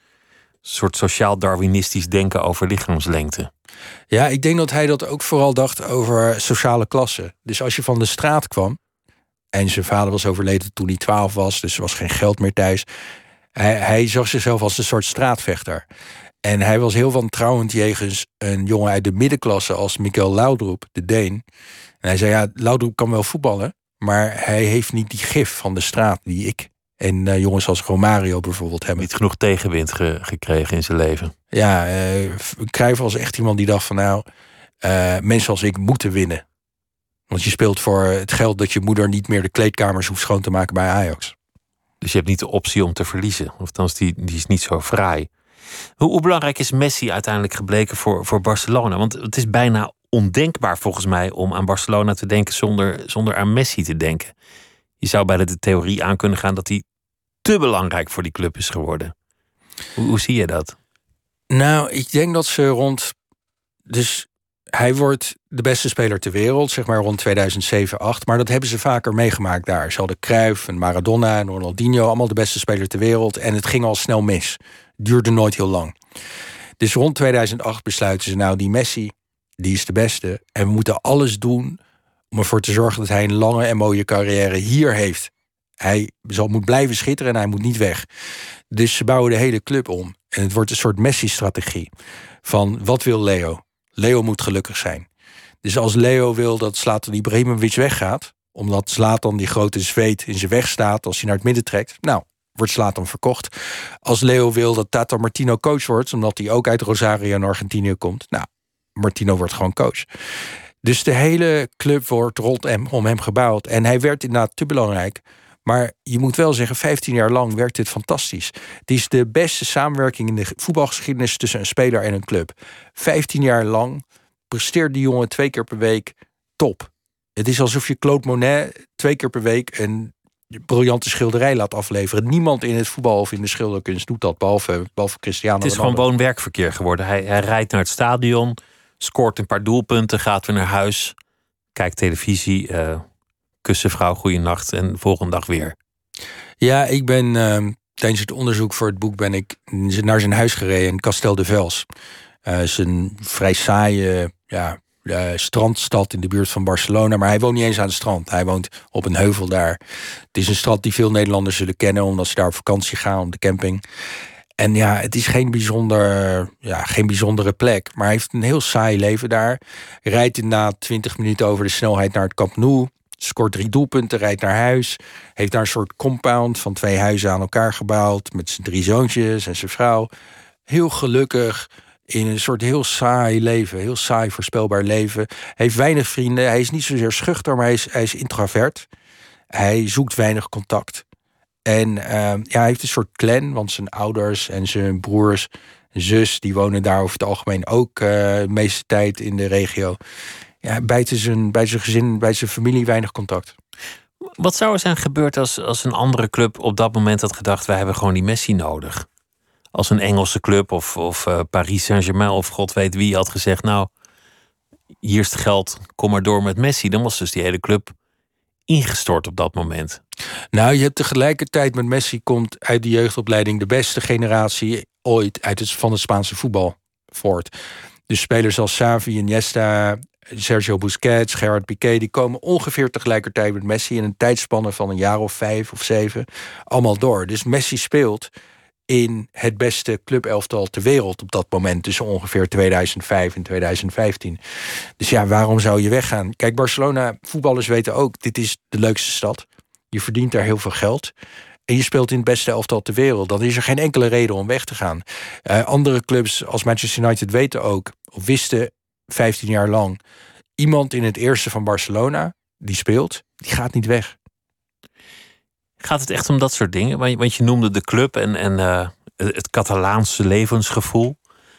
sociaal-darwinistisch denken over lichaamslengte. Ja, ik denk dat hij dat ook vooral dacht over sociale klassen. Dus als je van de straat kwam, en zijn vader was overleden toen hij 12 was, dus er was geen geld meer thuis. Hij zag zichzelf als een soort straatvechter. En hij was heel wantrouwend jegens een jongen uit de middenklasse als Michael Laudrup, de Deen. En hij zei, ja, Laudrup kan wel voetballen, maar hij heeft niet die gif van de straat die ik en jongens als Romario bijvoorbeeld hebben. Niet genoeg tegenwind gekregen in zijn leven. Ja, Cruyff was echt iemand die dacht van, nou, mensen als ik moeten winnen. Want je speelt voor het geld dat je moeder niet meer de kleedkamers hoeft schoon te maken bij Ajax. Dus je hebt niet de optie om te verliezen. Of althans, die is niet zo fraai. Hoe belangrijk is Messi uiteindelijk gebleken voor Barcelona? Want het is bijna ondenkbaar volgens mij om aan Barcelona te denken zonder aan Messi te denken. Je zou bijna de theorie aan kunnen gaan dat hij te belangrijk voor die club is geworden. Hoe zie je dat? Nou, ik denk dat ze dus hij wordt de beste speler ter wereld, zeg maar rond 2007, 2008. Maar dat hebben ze vaker meegemaakt daar. Ze hadden Cruyff en Maradona en Ronaldinho, allemaal de beste speler ter wereld. En het ging al snel mis. Duurde nooit heel lang. Dus rond 2008 besluiten ze, nou, die Messi, die is de beste. En we moeten alles doen om ervoor te zorgen dat hij een lange en mooie carrière hier heeft. Hij moet blijven schitteren en hij moet niet weg. Dus ze bouwen de hele club om. En het wordt een soort Messi-strategie. Van, wat wil Leo? Leo moet gelukkig zijn. Dus als Leo wil dat Zlatan Ibrahimovic weggaat, omdat Zlatan die grote zweet in zijn weg staat als hij naar het midden trekt, nou, wordt Zlatan verkocht. Als Leo wil dat Tata Martino coach wordt, omdat hij ook uit Rosario in Argentinië komt, nou, Martino wordt gewoon coach. Dus de hele club wordt rondom hem gebouwd. En hij werd inderdaad te belangrijk. Maar je moet wel zeggen, 15 jaar lang werkt dit fantastisch. Het is de beste samenwerking in de voetbalgeschiedenis tussen een speler en een club. 15 jaar lang presteert die jongen 2 keer per week top. Het is alsof je Claude Monet 2 keer per week een briljante schilderij laat afleveren. Niemand in het voetbal of in de schilderkunst doet dat, behalve Cristiano Ronaldo. Het is gewoon woon-werkverkeer geworden. Hij rijdt naar het stadion, scoort een paar doelpunten, gaat weer naar huis, kijkt televisie, kust zijn vrouw goeienacht en de volgende dag weer. Ja, ik ben tijdens het onderzoek voor het boek ben ik naar zijn huis gereden in Castel de Vels. Is een vrij saaie strandstad in de buurt van Barcelona. Maar hij woont niet eens aan het strand. Hij woont op een heuvel daar. Het is een stad die veel Nederlanders zullen kennen, omdat ze daar op vakantie gaan, op de camping. En ja, het is geen bijzondere plek. Maar hij heeft een heel saai leven daar. Rijdt inderdaad 20 minuten over de snelheid naar het Camp Nou. Scoort 3 doelpunten, rijdt naar huis. Heeft daar een soort compound van 2 huizen aan elkaar gebouwd. Met zijn 3 zoontjes en zijn vrouw. Heel gelukkig. In een soort heel saai leven. Heel saai, voorspelbaar leven. Hij heeft weinig vrienden. Hij is niet zozeer schuchter, maar hij is introvert. Hij zoekt weinig contact. En hij heeft een soort clan. Want zijn ouders en zijn broers en zus, die wonen daar over het algemeen ook de meeste tijd in de regio. Ja, bij zijn gezin, bij zijn familie weinig contact. Wat zou er zijn gebeurd als een andere club op dat moment had gedacht, wij hebben gewoon die Messi nodig? Als een Engelse club of Paris Saint-Germain of god weet wie had gezegd, nou, hier is het geld, kom maar door met Messi. Dan was dus die hele club ingestort op dat moment. Nou, je hebt tegelijkertijd met Messi komt uit de jeugdopleiding de beste generatie ooit van het Spaanse voetbal voort. Dus spelers als Xavi, Iniesta, Sergio Busquets, Gerard Piqué, die komen ongeveer tegelijkertijd met Messi in een tijdspanne van een jaar of 5 of 7 allemaal door. Dus Messi speelt in het beste clubelftal ter wereld op dat moment, tussen ongeveer 2005 en 2015. Dus ja, waarom zou je weggaan? Kijk, Barcelona, voetballers weten ook, dit is de leukste stad. Je verdient daar heel veel geld. En je speelt in het beste elftal ter wereld. Dan is er geen enkele reden om weg te gaan. Andere clubs als Manchester United weten ook, of wisten 15 jaar lang, iemand in het eerste van Barcelona die speelt, die gaat niet weg. Gaat het echt om dat soort dingen? Want je noemde de club en het Catalaanse levensgevoel.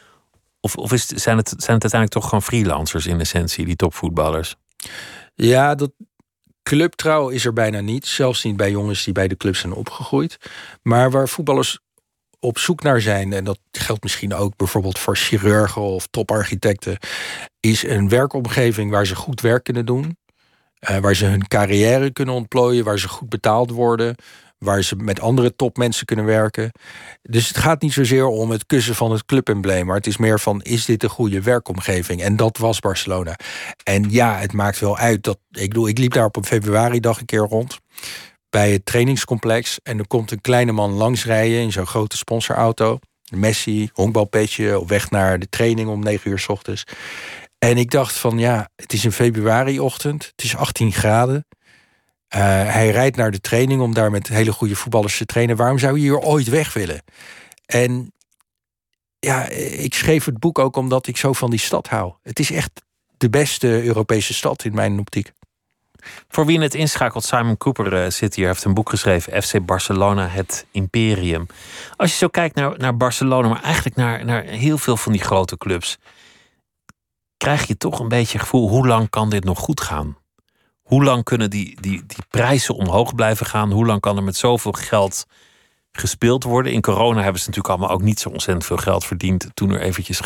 Of zijn het uiteindelijk toch gewoon freelancers in essentie, die topvoetballers? Ja, dat clubtrouw is er bijna niet. Zelfs niet bij jongens die bij de club zijn opgegroeid. Maar waar voetballers op zoek naar zijn, en dat geldt misschien ook bijvoorbeeld voor chirurgen of toparchitecten, is een werkomgeving waar ze goed werk kunnen doen. Waar ze hun carrière kunnen ontplooien, waar ze goed betaald worden, waar ze met andere topmensen kunnen werken. Dus het gaat niet zozeer om het kussen van het clubembleem, maar het is meer van, is dit een goede werkomgeving? En dat was Barcelona. En ja, het maakt wel uit dat, ik liep daar op een februaridag een keer rond bij het trainingscomplex en er komt een kleine man langsrijden in zo'n grote sponsorauto. Messi, honkbalpetje, op weg naar de training om 9 uur 's ochtends. En ik dacht van ja, het is een februariochtend, het is 18 graden. Hij rijdt naar de training om daar met hele goede voetballers te trainen. Waarom zou je hier ooit weg willen? En ja, ik schreef het boek ook omdat ik zo van die stad hou. Het is echt de beste Europese stad in mijn optiek. Voor wie het inschakelt, Simon Cooper zit hier, heeft een boek geschreven, FC Barcelona, het Imperium. Als je zo kijkt naar Barcelona, maar eigenlijk naar heel veel van die grote clubs, krijg je toch een beetje het gevoel, hoe lang kan dit nog goed gaan? Hoe lang kunnen die prijzen omhoog blijven gaan? Hoe lang kan er met zoveel geld gespeeld worden? In corona hebben ze natuurlijk allemaal ook niet zo ontzettend veel geld verdiend, toen er eventjes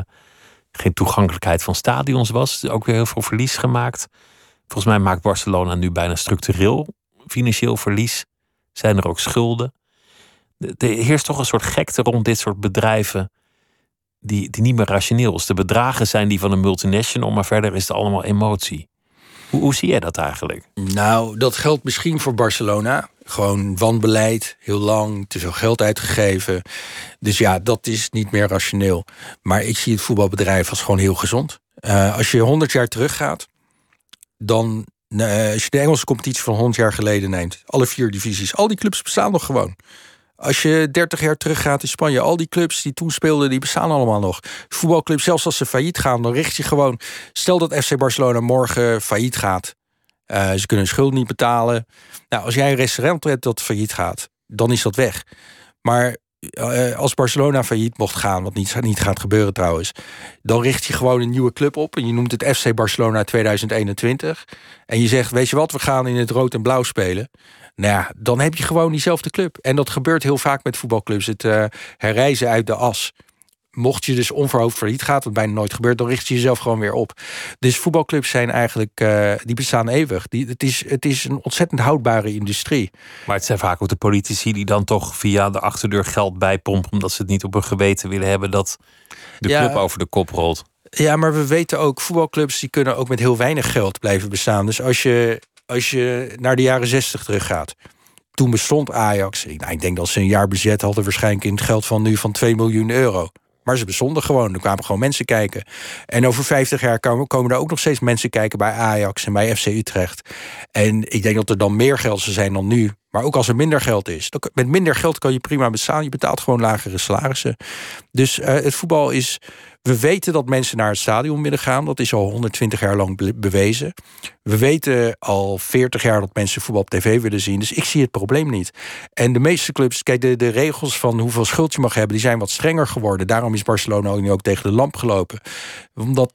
geen toegankelijkheid van stadions was. Ook weer heel veel verlies gemaakt. Volgens mij maakt Barcelona nu bijna structureel financieel verlies. Zijn er ook schulden? Er heerst toch een soort gekte rond dit soort bedrijven die niet meer rationeel is. De bedragen zijn die van een multinational, maar verder is het allemaal emotie. Hoe zie jij dat eigenlijk? Nou, dat geldt misschien voor Barcelona. Gewoon wanbeleid, heel lang, te veel geld uitgegeven. Dus ja, dat is niet meer rationeel. Maar ik zie het voetbalbedrijf als gewoon heel gezond. Als je 100 jaar teruggaat, dan, als je de Engelse competitie van 100 jaar geleden neemt, alle 4 divisies, al die clubs bestaan nog gewoon. Als je 30 jaar teruggaat in Spanje, al die clubs die toen speelden, die bestaan allemaal nog. Voetbalclubs, zelfs als ze failliet gaan, dan richt je gewoon, stel dat FC Barcelona morgen failliet gaat. Ze kunnen hun schuld niet betalen. Nou, als jij een restaurant hebt dat failliet gaat, dan is dat weg. Maar als Barcelona failliet mocht gaan, wat niet gaat gebeuren trouwens, dan richt je gewoon een nieuwe club op en je noemt het FC Barcelona 2021. En je zegt, weet je wat, we gaan in het rood en blauw spelen. Nou ja, dan heb je gewoon diezelfde club. En dat gebeurt heel vaak met voetbalclubs. Het herrijzen uit de as. Mocht je dus onverhoopt failliet gaat, wat bijna nooit gebeurt, dan richt je jezelf gewoon weer op. Dus voetbalclubs zijn eigenlijk, die bestaan eeuwig. Het is een ontzettend houdbare industrie. Maar het zijn vaak ook de politici die dan toch via de achterdeur geld bijpompen, omdat ze het niet op hun geweten willen hebben dat de club over de kop rolt. Ja, maar we weten ook, voetbalclubs die kunnen ook met heel weinig geld blijven bestaan. Dus als je naar de jaren 60 teruggaat, toen bestond Ajax. Ik denk dat ze een jaar budget hadden waarschijnlijk in het geld van nu van 2 miljoen euro. Maar ze bestonden gewoon. Er kwamen gewoon mensen kijken. En over 50 jaar komen er ook nog steeds mensen kijken bij Ajax en bij FC Utrecht. En ik denk dat er dan meer geld zou zijn dan nu. Maar ook als er minder geld is. Met minder geld kan je prima bestaan. Je betaalt gewoon lagere salarissen. Dus het voetbal is... We weten dat mensen naar het stadion willen gaan. Dat is al 120 jaar lang bewezen. We weten al 40 jaar dat mensen voetbal op tv willen zien. Dus ik zie het probleem niet. En de meeste clubs, kijk, de regels van hoeveel schuld je mag hebben, die zijn wat strenger geworden. Daarom is Barcelona nu ook tegen de lamp gelopen. Omdat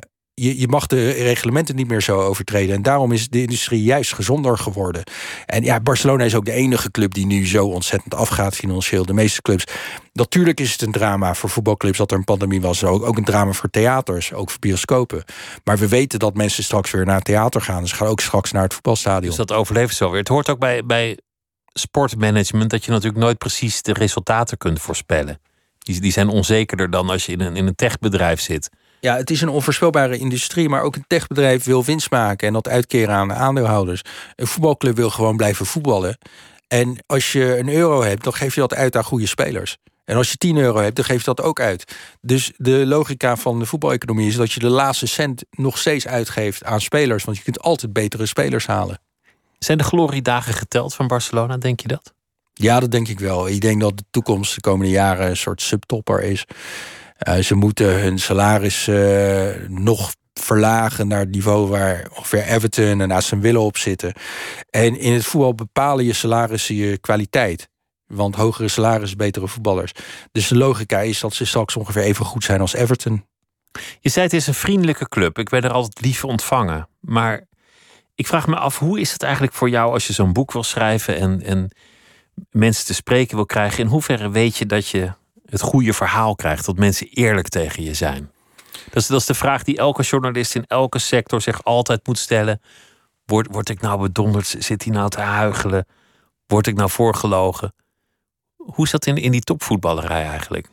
je mag de reglementen niet meer zo overtreden. En daarom is de industrie juist gezonder geworden. En ja, Barcelona is ook de enige club die nu zo ontzettend afgaat financieel. De meeste clubs. Natuurlijk is het een drama voor voetbalclubs dat er een pandemie was. Ook een drama voor theaters, ook voor bioscopen. Maar we weten dat mensen straks weer naar het theater gaan. Dus ze gaan ook straks naar het voetbalstadion. Dus dat overleeft zo weer. Het hoort ook bij sportmanagement dat je natuurlijk nooit precies de resultaten kunt voorspellen. Die zijn onzekerder dan als je in een techbedrijf zit. Ja, het is een onvoorspelbare industrie, maar ook een techbedrijf wil winst maken en dat uitkeren aan de aandeelhouders. Een voetbalclub wil gewoon blijven voetballen. En als je €1 hebt, dan geef je dat uit aan goede spelers. En als je €10 hebt, dan geef je dat ook uit. Dus de logica van de voetbaleconomie is dat je de laatste cent nog steeds uitgeeft aan spelers, want je kunt altijd betere spelers halen. Zijn de gloriedagen geteld van Barcelona, denk je dat? Ja, dat denk ik wel. Ik denk dat de toekomst de komende jaren een soort subtopper is. Ze moeten hun salaris nog verlagen naar het niveau waar ongeveer Everton en Aston Villa op zitten. En in het voetbal bepalen je salarissen je kwaliteit. Want hogere salarissen, betere voetballers. Dus de logica is dat ze straks ongeveer even goed zijn als Everton. Je zei het is een vriendelijke club. Ik ben er altijd lief ontvangen. Maar ik vraag me af, hoe is het eigenlijk voor jou als je zo'n boek wil schrijven en mensen te spreken wil krijgen? In hoeverre weet je dat je het goede verhaal krijgt, dat mensen eerlijk tegen je zijn? Dat is de vraag die elke journalist in elke sector zich altijd moet stellen. Word ik nou bedonderd? Zit hij nou te huichelen? Word ik nou voorgelogen? Hoe is dat in die topvoetballerij eigenlijk?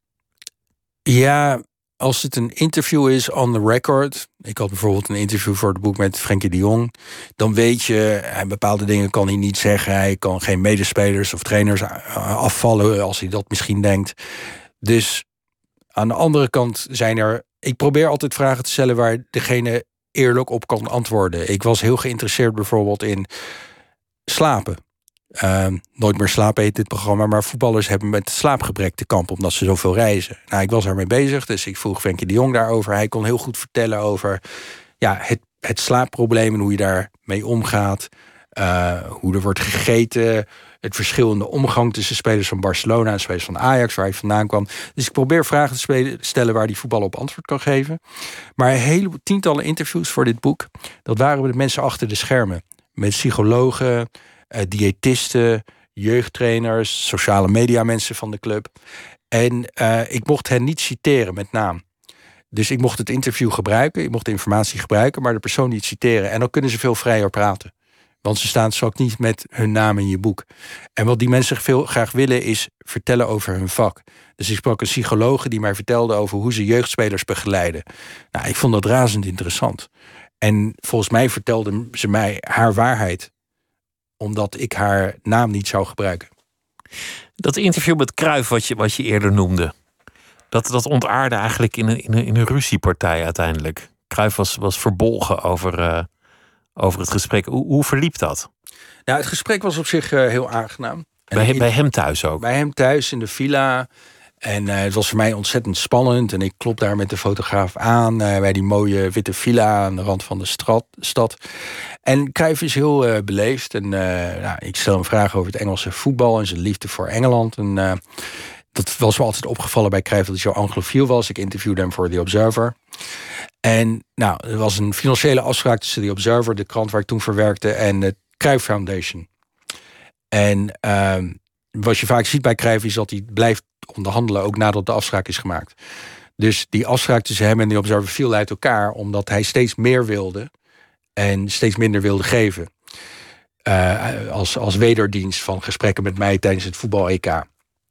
Ja, als het een interview is on the record. Ik had bijvoorbeeld een interview voor het boek met Frenkie de Jong. Dan weet je, bepaalde dingen kan hij niet zeggen. Hij kan geen medespelers of trainers afvallen als hij dat misschien denkt. Dus aan de andere kant zijn er... Ik probeer altijd vragen te stellen waar degene eerlijk op kan antwoorden. Ik was heel geïnteresseerd bijvoorbeeld in slapen. Nooit meer slapen heet dit programma, maar voetballers hebben met slaapgebrek te kampen omdat ze zoveel reizen. Nou, ik was daarmee bezig, dus ik vroeg Frenkie de Jong daarover. Hij kon heel goed vertellen over het slaapprobleem en hoe je daarmee omgaat. Hoe er wordt gegeten. Het verschil in de omgang tussen spelers van Barcelona en spelers van Ajax, waar hij vandaan kwam. Dus ik probeer vragen te stellen waar die voetballer op antwoord kan geven. Maar tientallen interviews voor dit boek, dat waren met mensen achter de schermen. Met psychologen, diëtisten, jeugdtrainers, sociale media mensen van de club. En ik mocht hen niet citeren met naam. Dus ik mocht het interview gebruiken, ik mocht de informatie gebruiken, maar de persoon niet citeren. En dan kunnen ze veel vrijer praten. Want ze staan straks niet met hun naam in je boek. En wat die mensen veel graag willen is vertellen over hun vak. Dus ik sprak een psycholoog die mij vertelde over hoe ze jeugdspelers begeleiden. Nou, ik vond dat razend interessant. En volgens mij vertelde ze mij haar waarheid, omdat ik haar naam niet zou gebruiken. Dat interview met Cruijff wat je eerder noemde, dat ontaarde eigenlijk in een ruziepartij uiteindelijk. Cruijff was verbolgen over het gesprek. Hoe verliep dat? Nou, het gesprek was op zich heel aangenaam. Bij hem thuis ook? Bij hem thuis in de villa. En het was voor mij ontzettend spannend. En ik klop daar met de fotograaf aan bij die mooie witte villa aan de rand van de stad. En Cruijff is heel beleefd. En ik stel hem vragen over het Engelse voetbal en zijn liefde voor Engeland. En dat was me altijd opgevallen bij Cruijff dat hij zo anglofiel was. Ik interviewde hem voor The Observer. En er was een financiële afspraak tussen The Observer, de krant waar ik toen voor werkte, en de Cruijff Foundation. En wat je vaak ziet bij Cruijff is dat hij blijft onderhandelen, ook nadat de afspraak is gemaakt. Dus die afspraak tussen hem en die Observer viel uit elkaar, omdat hij steeds meer wilde en steeds minder wilde geven. Als wederdienst van gesprekken met mij tijdens het voetbal-EK.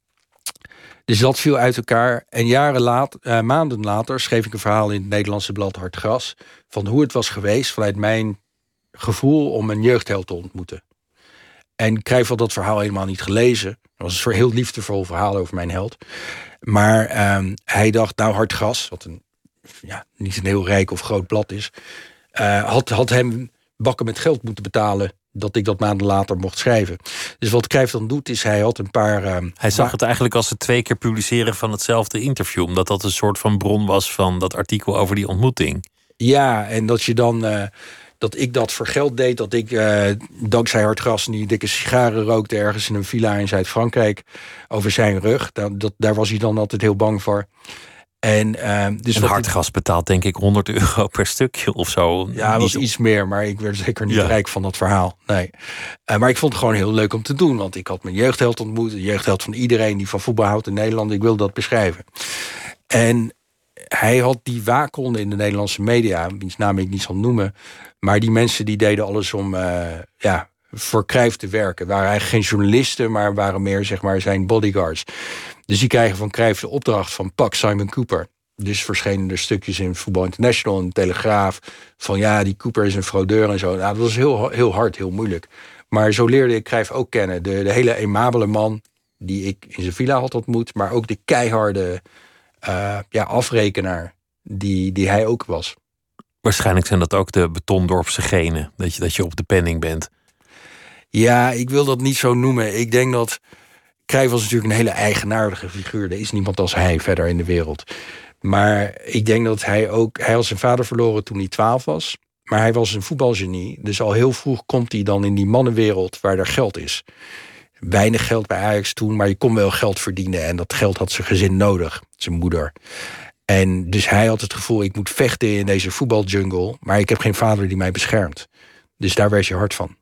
Dus dat viel uit elkaar. En maanden later schreef ik een verhaal in het Nederlandse blad Hard Gras van hoe het was geweest vanuit mijn gevoel om een jeugdheld te ontmoeten. En Cruijff had dat verhaal helemaal niet gelezen. Dat was een heel liefdevol verhaal over mijn held. Maar hij dacht, nou Hard Gras, wat niet een heel rijk of groot blad is, had hem bakken met geld moeten betalen dat ik dat maanden later mocht schrijven. Dus wat Cruijff dan doet, is hij had een paar... hij zag het eigenlijk als het 2 keer publiceren van hetzelfde interview, omdat dat een soort van bron was van dat artikel over die ontmoeting. Ja, en dat je dan... dat ik dat voor geld deed, dat ik dankzij Hard Gras die dikke sigaren rookte ergens in een villa in Zuid-Frankrijk over zijn rug. Daar was hij dan altijd heel bang voor. En Hard Gras betaalt denk ik €100 per stukje of zo. Ja, dat was iets meer, maar ik werd zeker niet rijk van dat verhaal. Nee. Maar ik vond het gewoon heel leuk om te doen, want ik had mijn jeugdheld ontmoet, de jeugdheld van iedereen die van voetbal houdt in Nederland. Ik wilde dat beschrijven. En hij had die waakhonden in de Nederlandse media, wiens naam ik niet zal noemen, maar die mensen die deden alles om voor Cruijff te werken. Waren eigenlijk geen journalisten, maar waren meer zeg maar zijn bodyguards. Dus die krijgen van Cruijff de opdracht van pak Simon Cooper. Dus verschenen er stukjes in Voetbal International en Telegraaf van die Cooper is een fraudeur en zo. Nou, dat was heel hard, heel moeilijk. Maar zo leerde ik Cruijff ook kennen. De hele aimabele man die ik in zijn villa had ontmoet, maar ook de keiharde afrekenaar die hij ook was. Waarschijnlijk zijn dat ook de Betondorpse genen, dat je op de penning bent. Ja, ik wil dat niet zo noemen. Ik denk dat Cruijff was natuurlijk een hele eigenaardige figuur. Er is niemand als hij verder in de wereld. Maar ik denk dat hij had zijn vader verloren toen hij 12 was. Maar hij was een voetbalgenie. Dus al heel vroeg komt hij dan in die mannenwereld waar er geld is. Weinig geld bij Ajax toen, maar je kon wel geld verdienen. En dat geld had zijn gezin nodig, zijn moeder. En dus hij had het gevoel, ik moet vechten in deze voetbaljungle. Maar ik heb geen vader die mij beschermt. Dus daar werd je hard van.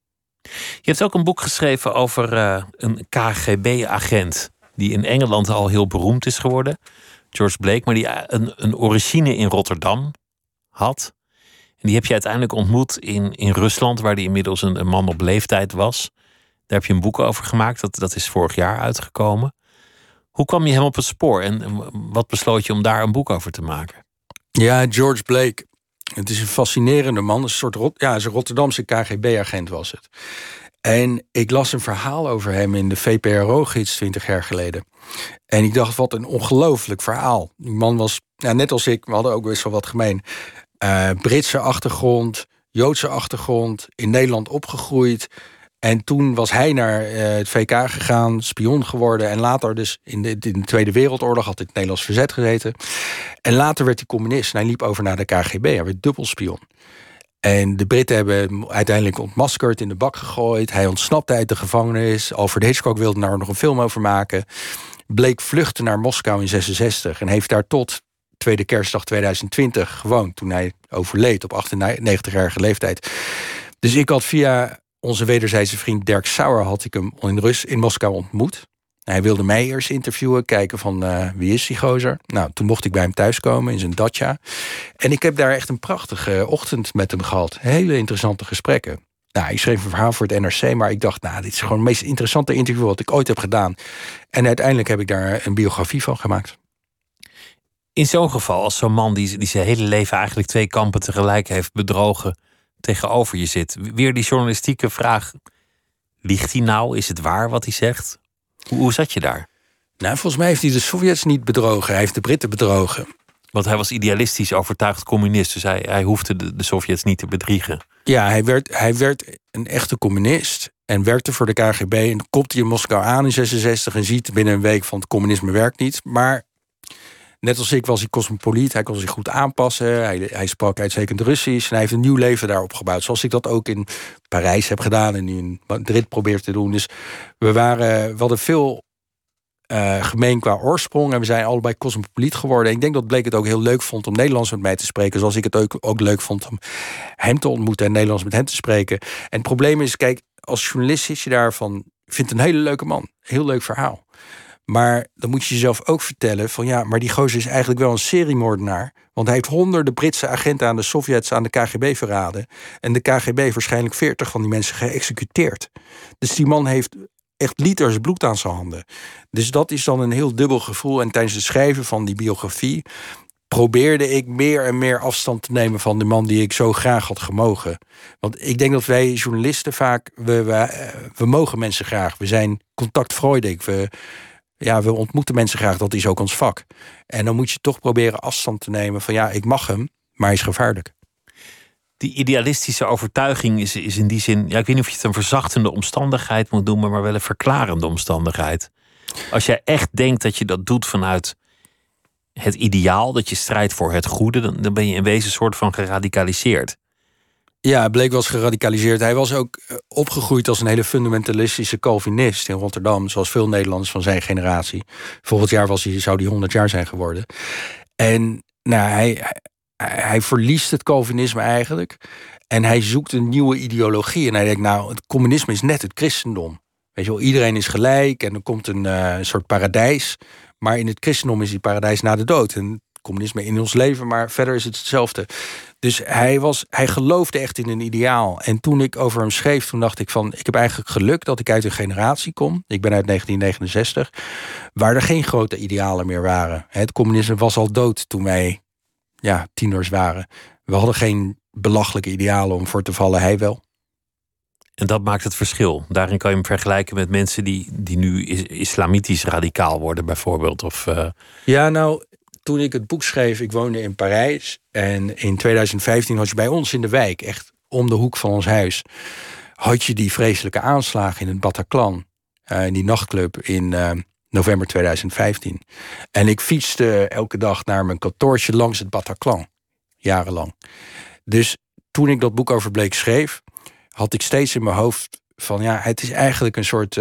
Je hebt ook een boek geschreven over een KGB-agent die in Engeland al heel beroemd is geworden. George Blake, maar die een origine in Rotterdam had. En die heb je uiteindelijk ontmoet in Rusland, waar die inmiddels een man op leeftijd was. Daar heb je een boek over gemaakt, dat is vorig jaar uitgekomen. Hoe kwam je hem op het spoor en wat besloot je om daar een boek over te maken? Ja, George Blake. Het is een fascinerende man. Een Rotterdamse KGB-agent was het. En ik las een verhaal over hem in de VPRO-gids 20 jaar geleden. En ik dacht, wat een ongelooflijk verhaal. Die man was, net als ik, we hadden ook best wel wat gemeen. Britse achtergrond, Joodse achtergrond, in Nederland opgegroeid. En toen was hij naar het VK gegaan, spion geworden. En later dus in de Tweede Wereldoorlog had hij het Nederlands verzet gezeten. En later werd hij communist en hij liep over naar de KGB. Hij werd dubbelspion. En de Britten hebben hem uiteindelijk ontmaskerd, in de bak gegooid. Hij ontsnapte uit de gevangenis. Alfred Hitchcock wilde daar nog een film over maken. Blake vluchtte naar Moskou in 1966 en heeft daar tot tweede kerstdag 2020 gewoond. Toen hij overleed op 98-jarige leeftijd. Dus ik had via onze wederzijdse vriend Dirk Sauer had ik hem in Moskou ontmoet. Hij wilde mij eerst interviewen, kijken van wie is die gozer. Nou, toen mocht ik bij hem thuiskomen in zijn dacha. En ik heb daar echt een prachtige ochtend met hem gehad. Hele interessante gesprekken. Nou, ik schreef een verhaal voor het NRC, maar ik dacht, dit is gewoon het meest interessante interview wat ik ooit heb gedaan. En uiteindelijk heb ik daar een biografie van gemaakt. In zo'n geval, als zo'n man die zijn hele leven eigenlijk 2 kampen tegelijk heeft bedrogen, tegenover je zit. Weer die journalistieke vraag, liegt hij nou? Is het waar wat hij zegt? Hoe zat je daar? Nou, volgens mij heeft hij de Sovjets niet bedrogen. Hij heeft de Britten bedrogen. Want hij was idealistisch overtuigd communist. Dus hij hoefde de Sovjets niet te bedriegen. Ja, hij werd een echte communist. En werkte voor de KGB. En komt hij in Moskou aan in 1966. En ziet binnen een week van het communisme werkt niet. Maar net als ik was hij cosmopoliet. Hij kon zich goed aanpassen. Hij sprak uitstekend Russisch. En hij heeft een nieuw leven daar opgebouwd. Zoals ik dat ook in Parijs heb gedaan. En nu in Madrid probeer te doen. Dus we hadden veel gemeen qua oorsprong. En we zijn allebei cosmopoliet geworden. En ik denk dat Blake het ook heel leuk vond om Nederlands met mij te spreken. Zoals ik het ook leuk vond om hem te ontmoeten en Nederlands met hem te spreken. En het probleem is, kijk, als journalist zit je daar van vind het een hele leuke man. Heel leuk verhaal. Maar dan moet je jezelf ook vertellen van ja, maar die gozer is eigenlijk wel een seriemoordenaar. Want hij heeft honderden Britse agenten aan de Sovjets, aan de KGB verraden. En de KGB heeft waarschijnlijk 40 van die mensen geëxecuteerd. Dus die man heeft echt liters bloed aan zijn handen. Dus dat is dan een heel dubbel gevoel. En tijdens het schrijven van die biografie probeerde ik meer en meer afstand te nemen van de man die ik zo graag had gemogen. Want ik denk dat wij journalisten vaak, we mogen mensen graag. We zijn contactfreudig. We ontmoeten mensen graag, dat is ook ons vak. En dan moet je toch proberen afstand te nemen van ja, ik mag hem, maar hij is gevaarlijk. Die idealistische overtuiging is in die zin, ja, ik weet niet of je het een verzachtende omstandigheid moet noemen, maar wel een verklarende omstandigheid. Als jij echt denkt dat je dat doet vanuit het ideaal, dat je strijdt voor het goede, dan ben je in wezen een soort van geradicaliseerd. Ja, Blake was geradicaliseerd. Hij was ook opgegroeid als een hele fundamentalistische Calvinist in Rotterdam, zoals veel Nederlanders van zijn generatie. Volgend jaar zou hij 100 jaar zijn geworden. En nou, hij verliest het Calvinisme eigenlijk. En hij zoekt een nieuwe ideologie. En hij denkt, nou, het communisme is net het christendom. Weet je wel, iedereen is gelijk en er komt een soort paradijs. Maar in het christendom is die paradijs na de dood. En het communisme in ons leven, maar verder is het hetzelfde. Dus hij geloofde echt in een ideaal. En toen ik over hem schreef, toen dacht ik van, ik heb eigenlijk geluk dat ik uit een generatie kom. Ik ben uit 1969, waar er geen grote idealen meer waren. Het communisme was al dood toen wij tieners waren. We hadden geen belachelijke idealen om voor te vallen, hij wel. En dat maakt het verschil. Daarin kan je hem vergelijken met mensen die nu islamitisch radicaal worden, bijvoorbeeld. Ja, nou, toen ik het boek schreef, ik woonde in Parijs. En in 2015 had je bij ons in de wijk, echt om de hoek van ons huis, had je die vreselijke aanslagen in het Bataclan. In die nachtclub in november 2015. En ik fietste elke dag naar mijn kantoortje langs het Bataclan. Jarenlang. Dus toen ik dat boek over Blake schreef, had ik steeds in mijn hoofd van ja, het is eigenlijk een soort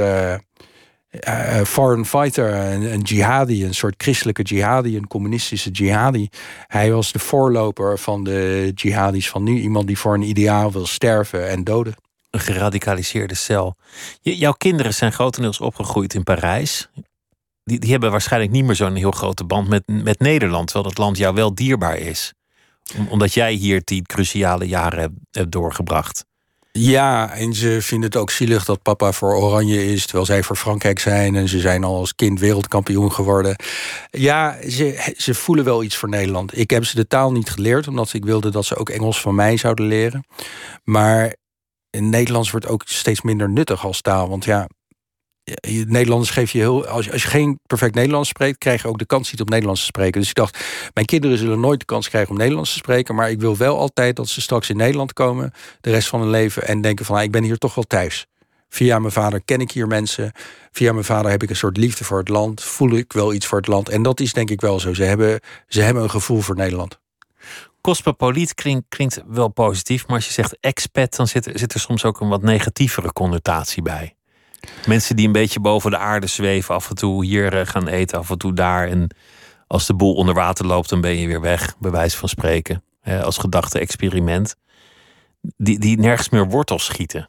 foreign fighter, een jihadi, een soort christelijke jihadi, een communistische jihadi. Hij was de voorloper van de jihadis van nu. Iemand die voor een ideaal wil sterven en doden. Een geradicaliseerde cel. Jouw kinderen zijn grotendeels opgegroeid in Parijs. Die hebben waarschijnlijk niet meer zo'n heel grote band met Nederland, terwijl dat land jou wel dierbaar is. Omdat jij hier die cruciale jaren hebt doorgebracht. Ja, en ze vinden het ook zielig dat papa voor Oranje is, terwijl zij voor Frankrijk zijn. En ze zijn al als kind wereldkampioen geworden. Ja, ze voelen wel iets voor Nederland. Ik heb ze de taal niet geleerd, omdat ik wilde dat ze ook Engels van mij zouden leren. Maar Nederlands wordt ook steeds minder nuttig als taal. Want ja, Nederlanders geef je heel. Als je geen perfect Nederlands spreekt, krijg je ook de kans niet om Nederlands te spreken. Dus ik dacht, mijn kinderen zullen nooit de kans krijgen om Nederlands te spreken. Maar ik wil wel altijd dat ze straks in Nederland komen, de rest van hun leven, en denken van, ik ben hier toch wel thuis. Via mijn vader ken ik hier mensen. Via mijn vader heb ik een soort liefde voor het land. Voel ik wel iets voor het land. En dat is denk ik wel zo. Ze hebben een gevoel voor Nederland. Cosmopoliet klinkt wel positief, maar als je zegt expat, dan zit er soms ook een wat negatievere connotatie bij. Mensen die een beetje boven de aarde zweven, af en toe hier gaan eten, af en toe daar. En als de boel onder water loopt, dan ben je weer weg, bij wijze van spreken. Als gedachte-experiment. Die nergens meer wortels schieten.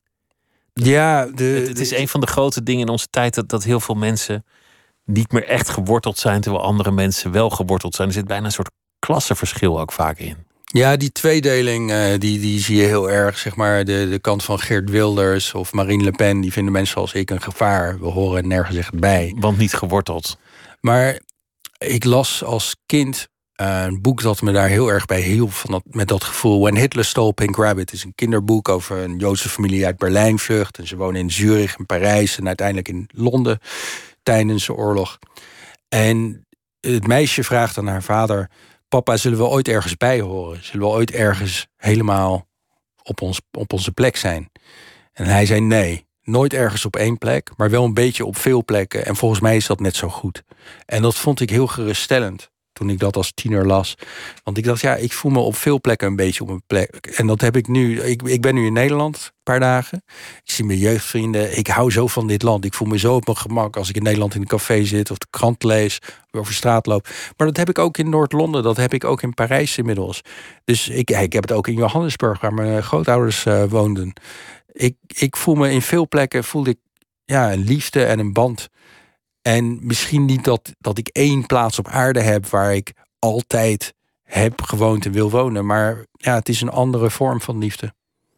Ja, het is een van de grote dingen in onze tijd dat heel veel mensen niet meer echt geworteld zijn, terwijl andere mensen wel geworteld zijn. Er zit bijna een soort klassenverschil ook vaak in. Ja, die tweedeling, die zie je heel erg. Zeg maar de kant van Geert Wilders of Marine Le Pen, die vinden mensen als ik een gevaar. We horen nergens echt bij. Want niet geworteld. Maar ik las als kind een boek dat me daar heel erg bij hielp, met dat gevoel. When Hitler Stole Pink Rabbit. Het is een kinderboek over een Joodse familie uit Berlijn vlucht. En ze wonen in Zurich en Parijs en uiteindelijk in Londen tijdens de oorlog. En het meisje vraagt aan haar vader: papa, zullen we ooit ergens bij horen? Zullen we ooit ergens helemaal op onze plek zijn? En hij zei nee, nooit ergens op één plek, maar wel een beetje op veel plekken. En volgens mij is dat net zo goed. En dat vond ik heel geruststellend toen ik dat als tiener las. Want ik dacht, ik voel me op veel plekken een beetje op een plek. En dat heb ik nu. Ik ben nu in Nederland een paar dagen. Ik zie mijn jeugdvrienden. Ik hou zo van dit land. Ik voel me zo op mijn gemak als ik in Nederland in een café zit of de krant lees of over straat loop. Maar dat heb ik ook in Noord-Londen. Dat heb ik ook in Parijs inmiddels. Dus ik heb het ook in Johannesburg, waar mijn grootouders woonden. Ik voel me in veel plekken, voelde ik een liefde en een band. En misschien niet dat ik één plaats op aarde heb waar ik altijd heb gewoond en wil wonen. Maar ja, het is een andere vorm van liefde.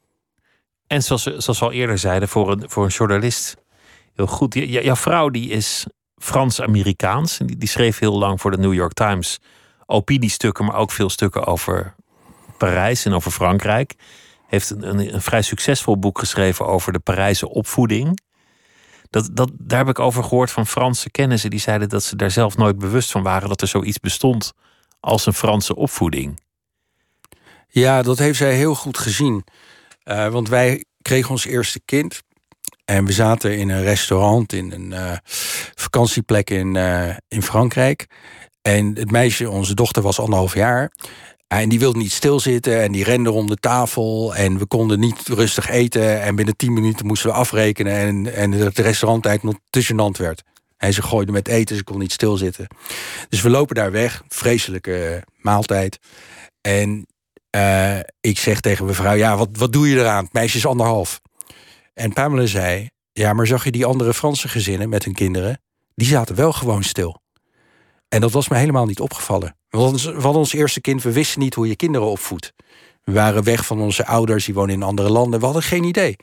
En zoals we al eerder zeiden, voor een journalist heel goed. Jouw vrouw die is Frans-Amerikaans. Die schreef heel lang voor de New York Times opiniestukken, maar ook veel stukken over Parijs en over Frankrijk. Heeft een vrij succesvol boek geschreven over de Parijse opvoeding. Daar heb ik over gehoord van Franse kennissen. Die zeiden dat ze daar zelf nooit bewust van waren dat er zoiets bestond als een Franse opvoeding. Ja, dat heeft zij heel goed gezien. Want wij kregen ons eerste kind. En we zaten in een restaurant in een vakantieplek in Frankrijk. En het meisje, onze dochter, was 1,5 jaar. En die wilde niet stilzitten en die rende rond de tafel. En we konden niet rustig eten. En binnen 10 minuten moesten we afrekenen. En het restaurant eigenlijk nog te gênant werd. En ze gooide met eten, ze kon niet stilzitten. Dus we lopen daar weg. Vreselijke maaltijd. En ik zeg tegen mevrouw, ja, wat doe je eraan? Het meisje is 1,5. En Pamela zei, ja, maar zag je die andere Franse gezinnen met hun kinderen? Die zaten wel gewoon stil. En dat was me helemaal niet opgevallen. We hadden ons eerste kind, we wisten niet hoe je kinderen opvoedt. We waren weg van onze ouders, die wonen in andere landen. We hadden geen idee.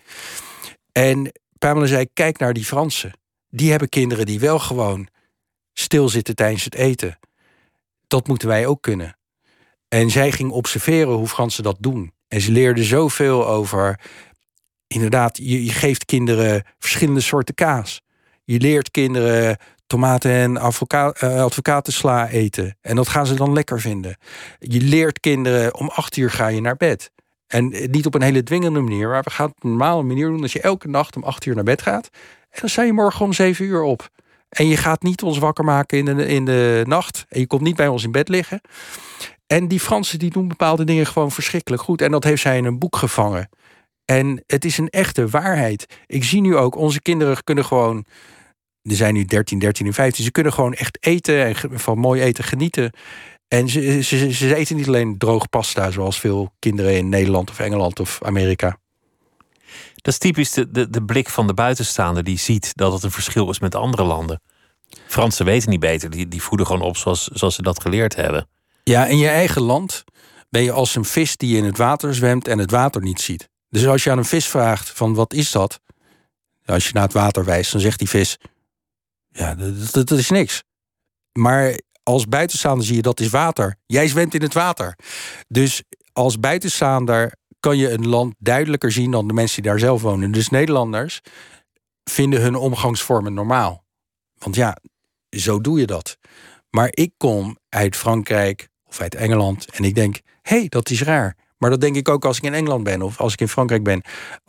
En Pamela zei, kijk naar die Fransen. Die hebben kinderen die wel gewoon stilzitten tijdens het eten. Dat moeten wij ook kunnen. En zij ging observeren hoe Fransen dat doen. En ze leerde zoveel over, inderdaad, je geeft kinderen verschillende soorten kaas. Je leert kinderen tomaten en advocatensla eten. En dat gaan ze dan lekker vinden. Je leert kinderen, om 8 uur ga je naar bed. En niet op een hele dwingende manier, maar we gaan het op een normale manier doen, dat je elke nacht om 8 uur naar bed gaat. En dan sta je morgen om 7 uur op. En je gaat niet ons wakker maken in de nacht. En je komt niet bij ons in bed liggen. En die Fransen die doen bepaalde dingen gewoon verschrikkelijk goed. En dat heeft zij in een boek gevangen. En het is een echte waarheid. Ik zie nu ook, onze kinderen kunnen gewoon, er zijn nu 13 en 15... ze kunnen gewoon echt eten en van mooi eten genieten. En ze eten niet alleen droog pasta, zoals veel kinderen in Nederland of Engeland of Amerika. Dat is typisch de blik van de buitenstaander die ziet dat het een verschil is met andere landen. Fransen weten niet beter, die voeden gewoon op zoals ze dat geleerd hebben. Ja, in je eigen land ben je als een vis die in het water zwemt en het water niet ziet. Dus als je aan een vis vraagt van wat is dat? Als je naar het water wijst, dan zegt die vis, ja, dat is niks. Maar als buitenstaander zie je, dat is water. Jij zwemt in het water. Dus als buitenstaander kan je een land duidelijker zien dan de mensen die daar zelf wonen. Dus Nederlanders vinden hun omgangsvormen normaal. Want ja, zo doe je dat. Maar ik kom uit Frankrijk of uit Engeland en ik denk, hé, dat is raar. Maar dat denk ik ook als ik in Engeland ben of als ik in Frankrijk ben.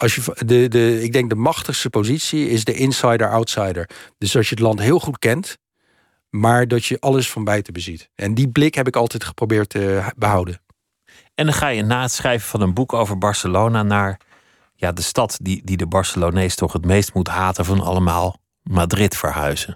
Ik denk de machtigste positie is de insider-outsider. Dus als je het land heel goed kent, maar dat je alles van buiten beziet. En die blik heb ik altijd geprobeerd te behouden. En dan ga je na het schrijven van een boek over Barcelona naar de stad die de Barcelonees toch het meest moet haten van allemaal, Madrid, verhuizen.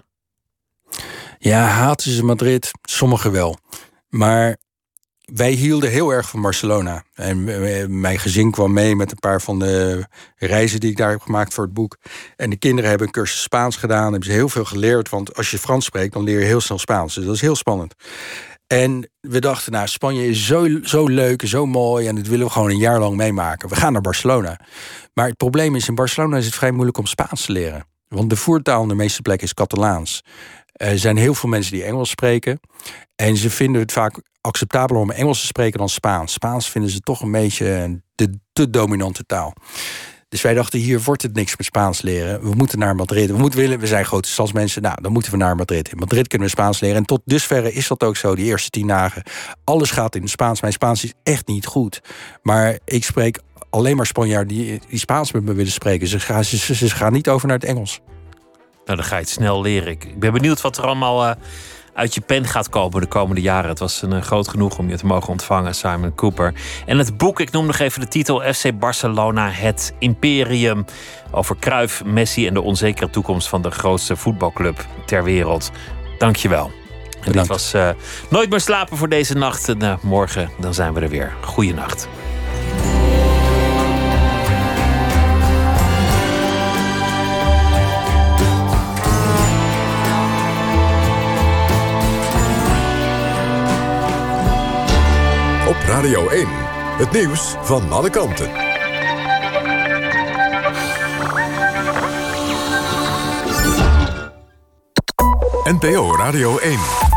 Ja, haten ze Madrid? Sommigen wel. Maar wij hielden heel erg van Barcelona. En mijn gezin kwam mee met een paar van de reizen die ik daar heb gemaakt voor het boek. En de kinderen hebben een cursus Spaans gedaan. Hebben ze heel veel geleerd. Want als je Frans spreekt, dan leer je heel snel Spaans. Dus dat is heel spannend. En we dachten, nou, Spanje is zo leuk en zo mooi. En dat willen we gewoon een jaar lang meemaken. We gaan naar Barcelona. Maar het probleem is, in Barcelona is het vrij moeilijk om Spaans te leren. Want de voertaal in de meeste plekken is Catalaans. Er zijn heel veel mensen die Engels spreken. En ze vinden het vaak acceptabeler om Engels te spreken dan Spaans. Spaans vinden ze toch een beetje de te dominante taal. Dus wij dachten, hier wordt het niks met Spaans leren. We moeten naar Madrid. We zijn grote stadsmensen. Nou, dan moeten we naar Madrid. In Madrid kunnen we Spaans leren. En tot dusverre is dat ook zo, die eerste 10 dagen. Alles gaat in het Spaans. Mijn Spaans is echt niet goed. Maar ik spreek alleen maar Spanjaarden die Spaans met me willen spreken. Ze gaan niet over naar het Engels. Nou, dan ga je het snel leren. Ik ben benieuwd wat er allemaal uit je pen gaat komen de komende jaren. Het was een groot genoeg om je te mogen ontvangen, Simon Cooper. En het boek, ik noem nog even de titel, FC Barcelona, het Imperium. Over Cruyff, Messi en de onzekere toekomst van de grootste voetbalclub ter wereld. Dank je wel. En dit was Nooit meer slapen voor deze nacht. En morgen dan zijn we er weer. Goeienacht. Radio 1. Het nieuws van alle kanten. NPO Radio 1.